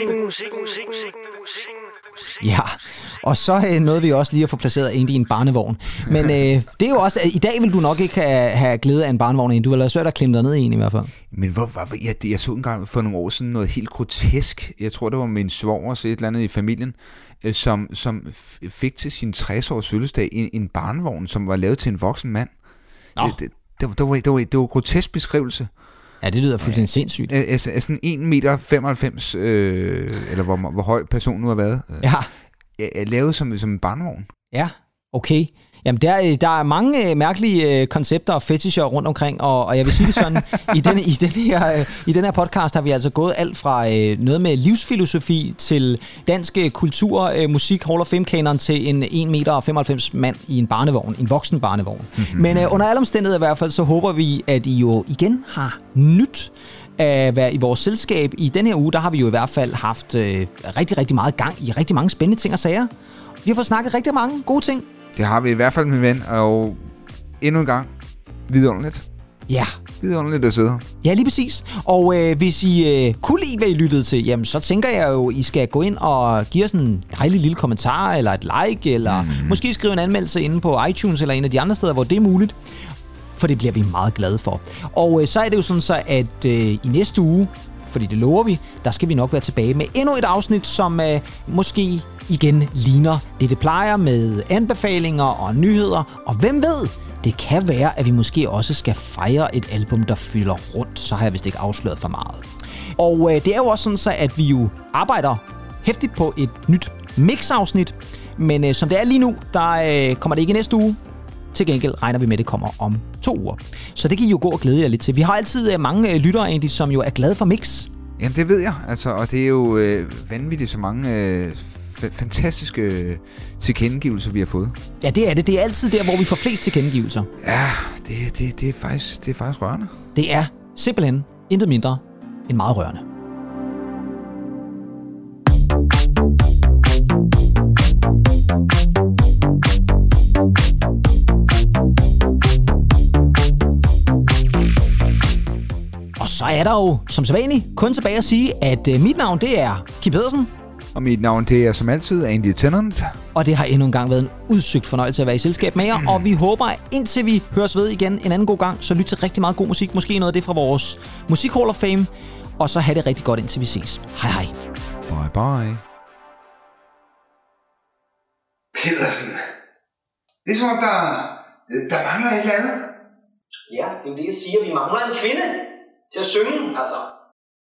Ja, og så øh, nåede vi også lige at få placeret egentlig i en barnevogn. Men øh, det er jo også, at i dag vil du nok ikke have, have glæde af en barnevogn, end du har svært at klemme dig ned i en i hvert fald. Men hvor, hvor, jeg, jeg så engang for nogle år siden noget helt grotesk. Jeg tror, det var min svoger, så et eller andet i familien, øh, som, som f- fik til sin tres-års fødselsdag en, en barnevogn, som var lavet til en voksen mand. Nå. Det, det, det, var, det, var, det, var, det var en grotesk beskrivelse. Ja, det lyder fuldstændig sindssygt. Øh, Altså sådan en meter femoghalvfems, øh, eller hvor, hvor høj personen nu har været, Ja, er lavet som, som en barnevogn. ja, okay. Jamen, der, er- der er mange øh, mærkelige øh, koncepter og fetischer rundt omkring, og, og jeg vil sige det sådan, i, denne, i, denne her, øh, i den her podcast har vi altså gået alt fra øh, noget med livsfilosofi til dansk øh, kultur, øh, musik, Hall of Fame-kanon til en en meter femoghalvfems mand i en barnevogn, en voksen barnevogn. Men øh, under alle omstændigheder i hvert fald, så håber vi, at I jo igen har nyt at være i vores selskab. I den her uge, der har vi jo i hvert fald haft øh, rigtig, rigtig meget gang i rigtig mange spændende ting og sager. Vi har fået snakket rigtig mange gode ting. Det har vi i hvert fald, min ven, og endnu en gang, vidunderligt. Ja, Vidunderligt at sidde her. ja lige præcis. Og øh, hvis I øh, kunne lide, hvad I lyttede til, jamen så tænker jeg jo, I skal gå ind og give os en dejlig lille kommentar, eller et like, eller mm. måske skrive en anmeldelse inde på iTunes, eller en af de andre steder, hvor det er muligt. For det bliver vi meget glade for. Og øh, så er det jo sådan så, at øh, i næste uge, fordi det lover vi, der skal vi nok være tilbage med endnu et afsnit, som øh, måske igen ligner det, det plejer, med anbefalinger og nyheder. Og hvem ved, det kan være, at vi måske også skal fejre et album, der fylder rundt. Så har jeg vist ikke afsløret for meget. Og øh, det er jo også sådan så, at vi jo arbejder hæftigt på et nyt mix-afsnit. Men øh, som det er lige nu, der øh, kommer det ikke i næste uge. Til gengæld regner vi med, at det kommer om to uger. Så det kan I jo gå og glæde jer lidt til. Vi har altid øh, mange øh, lyttere egentlig, som jo er glade for mix. Jamen, det ved jeg, altså, og det er jo øh, vanvittigt så mange øh, f- fantastiske øh, tilkendegivelser, vi har fået. Ja, det er det. Det er altid der, hvor vi får flest tilkendegivelser. Ja, det, det, det, er, faktisk, det er faktisk rørende. Det er simpelthen intet mindre end meget rørende. så er der jo, som sædvanligt, kun tilbage at sige, at øh, mit navn, det er Kim Pedersen. Og mit navn, det er som altid Andy Tennant. Og det har endnu en gang været en udsøgt fornøjelse at være i selskab med jer. Og vi håber, indtil vi høres ved igen en anden god gang, så lyt til rigtig meget god musik. Måske noget af det fra vores Musik Hall of Fame. Og så have det rigtig godt, indtil vi ses. Hej hej. Bye bye. Pedersen. Det er som om, der, der mangler et eller andet. Ja, det er jo det, jeg siger. Vi mangler en kvinde til at synge, altså.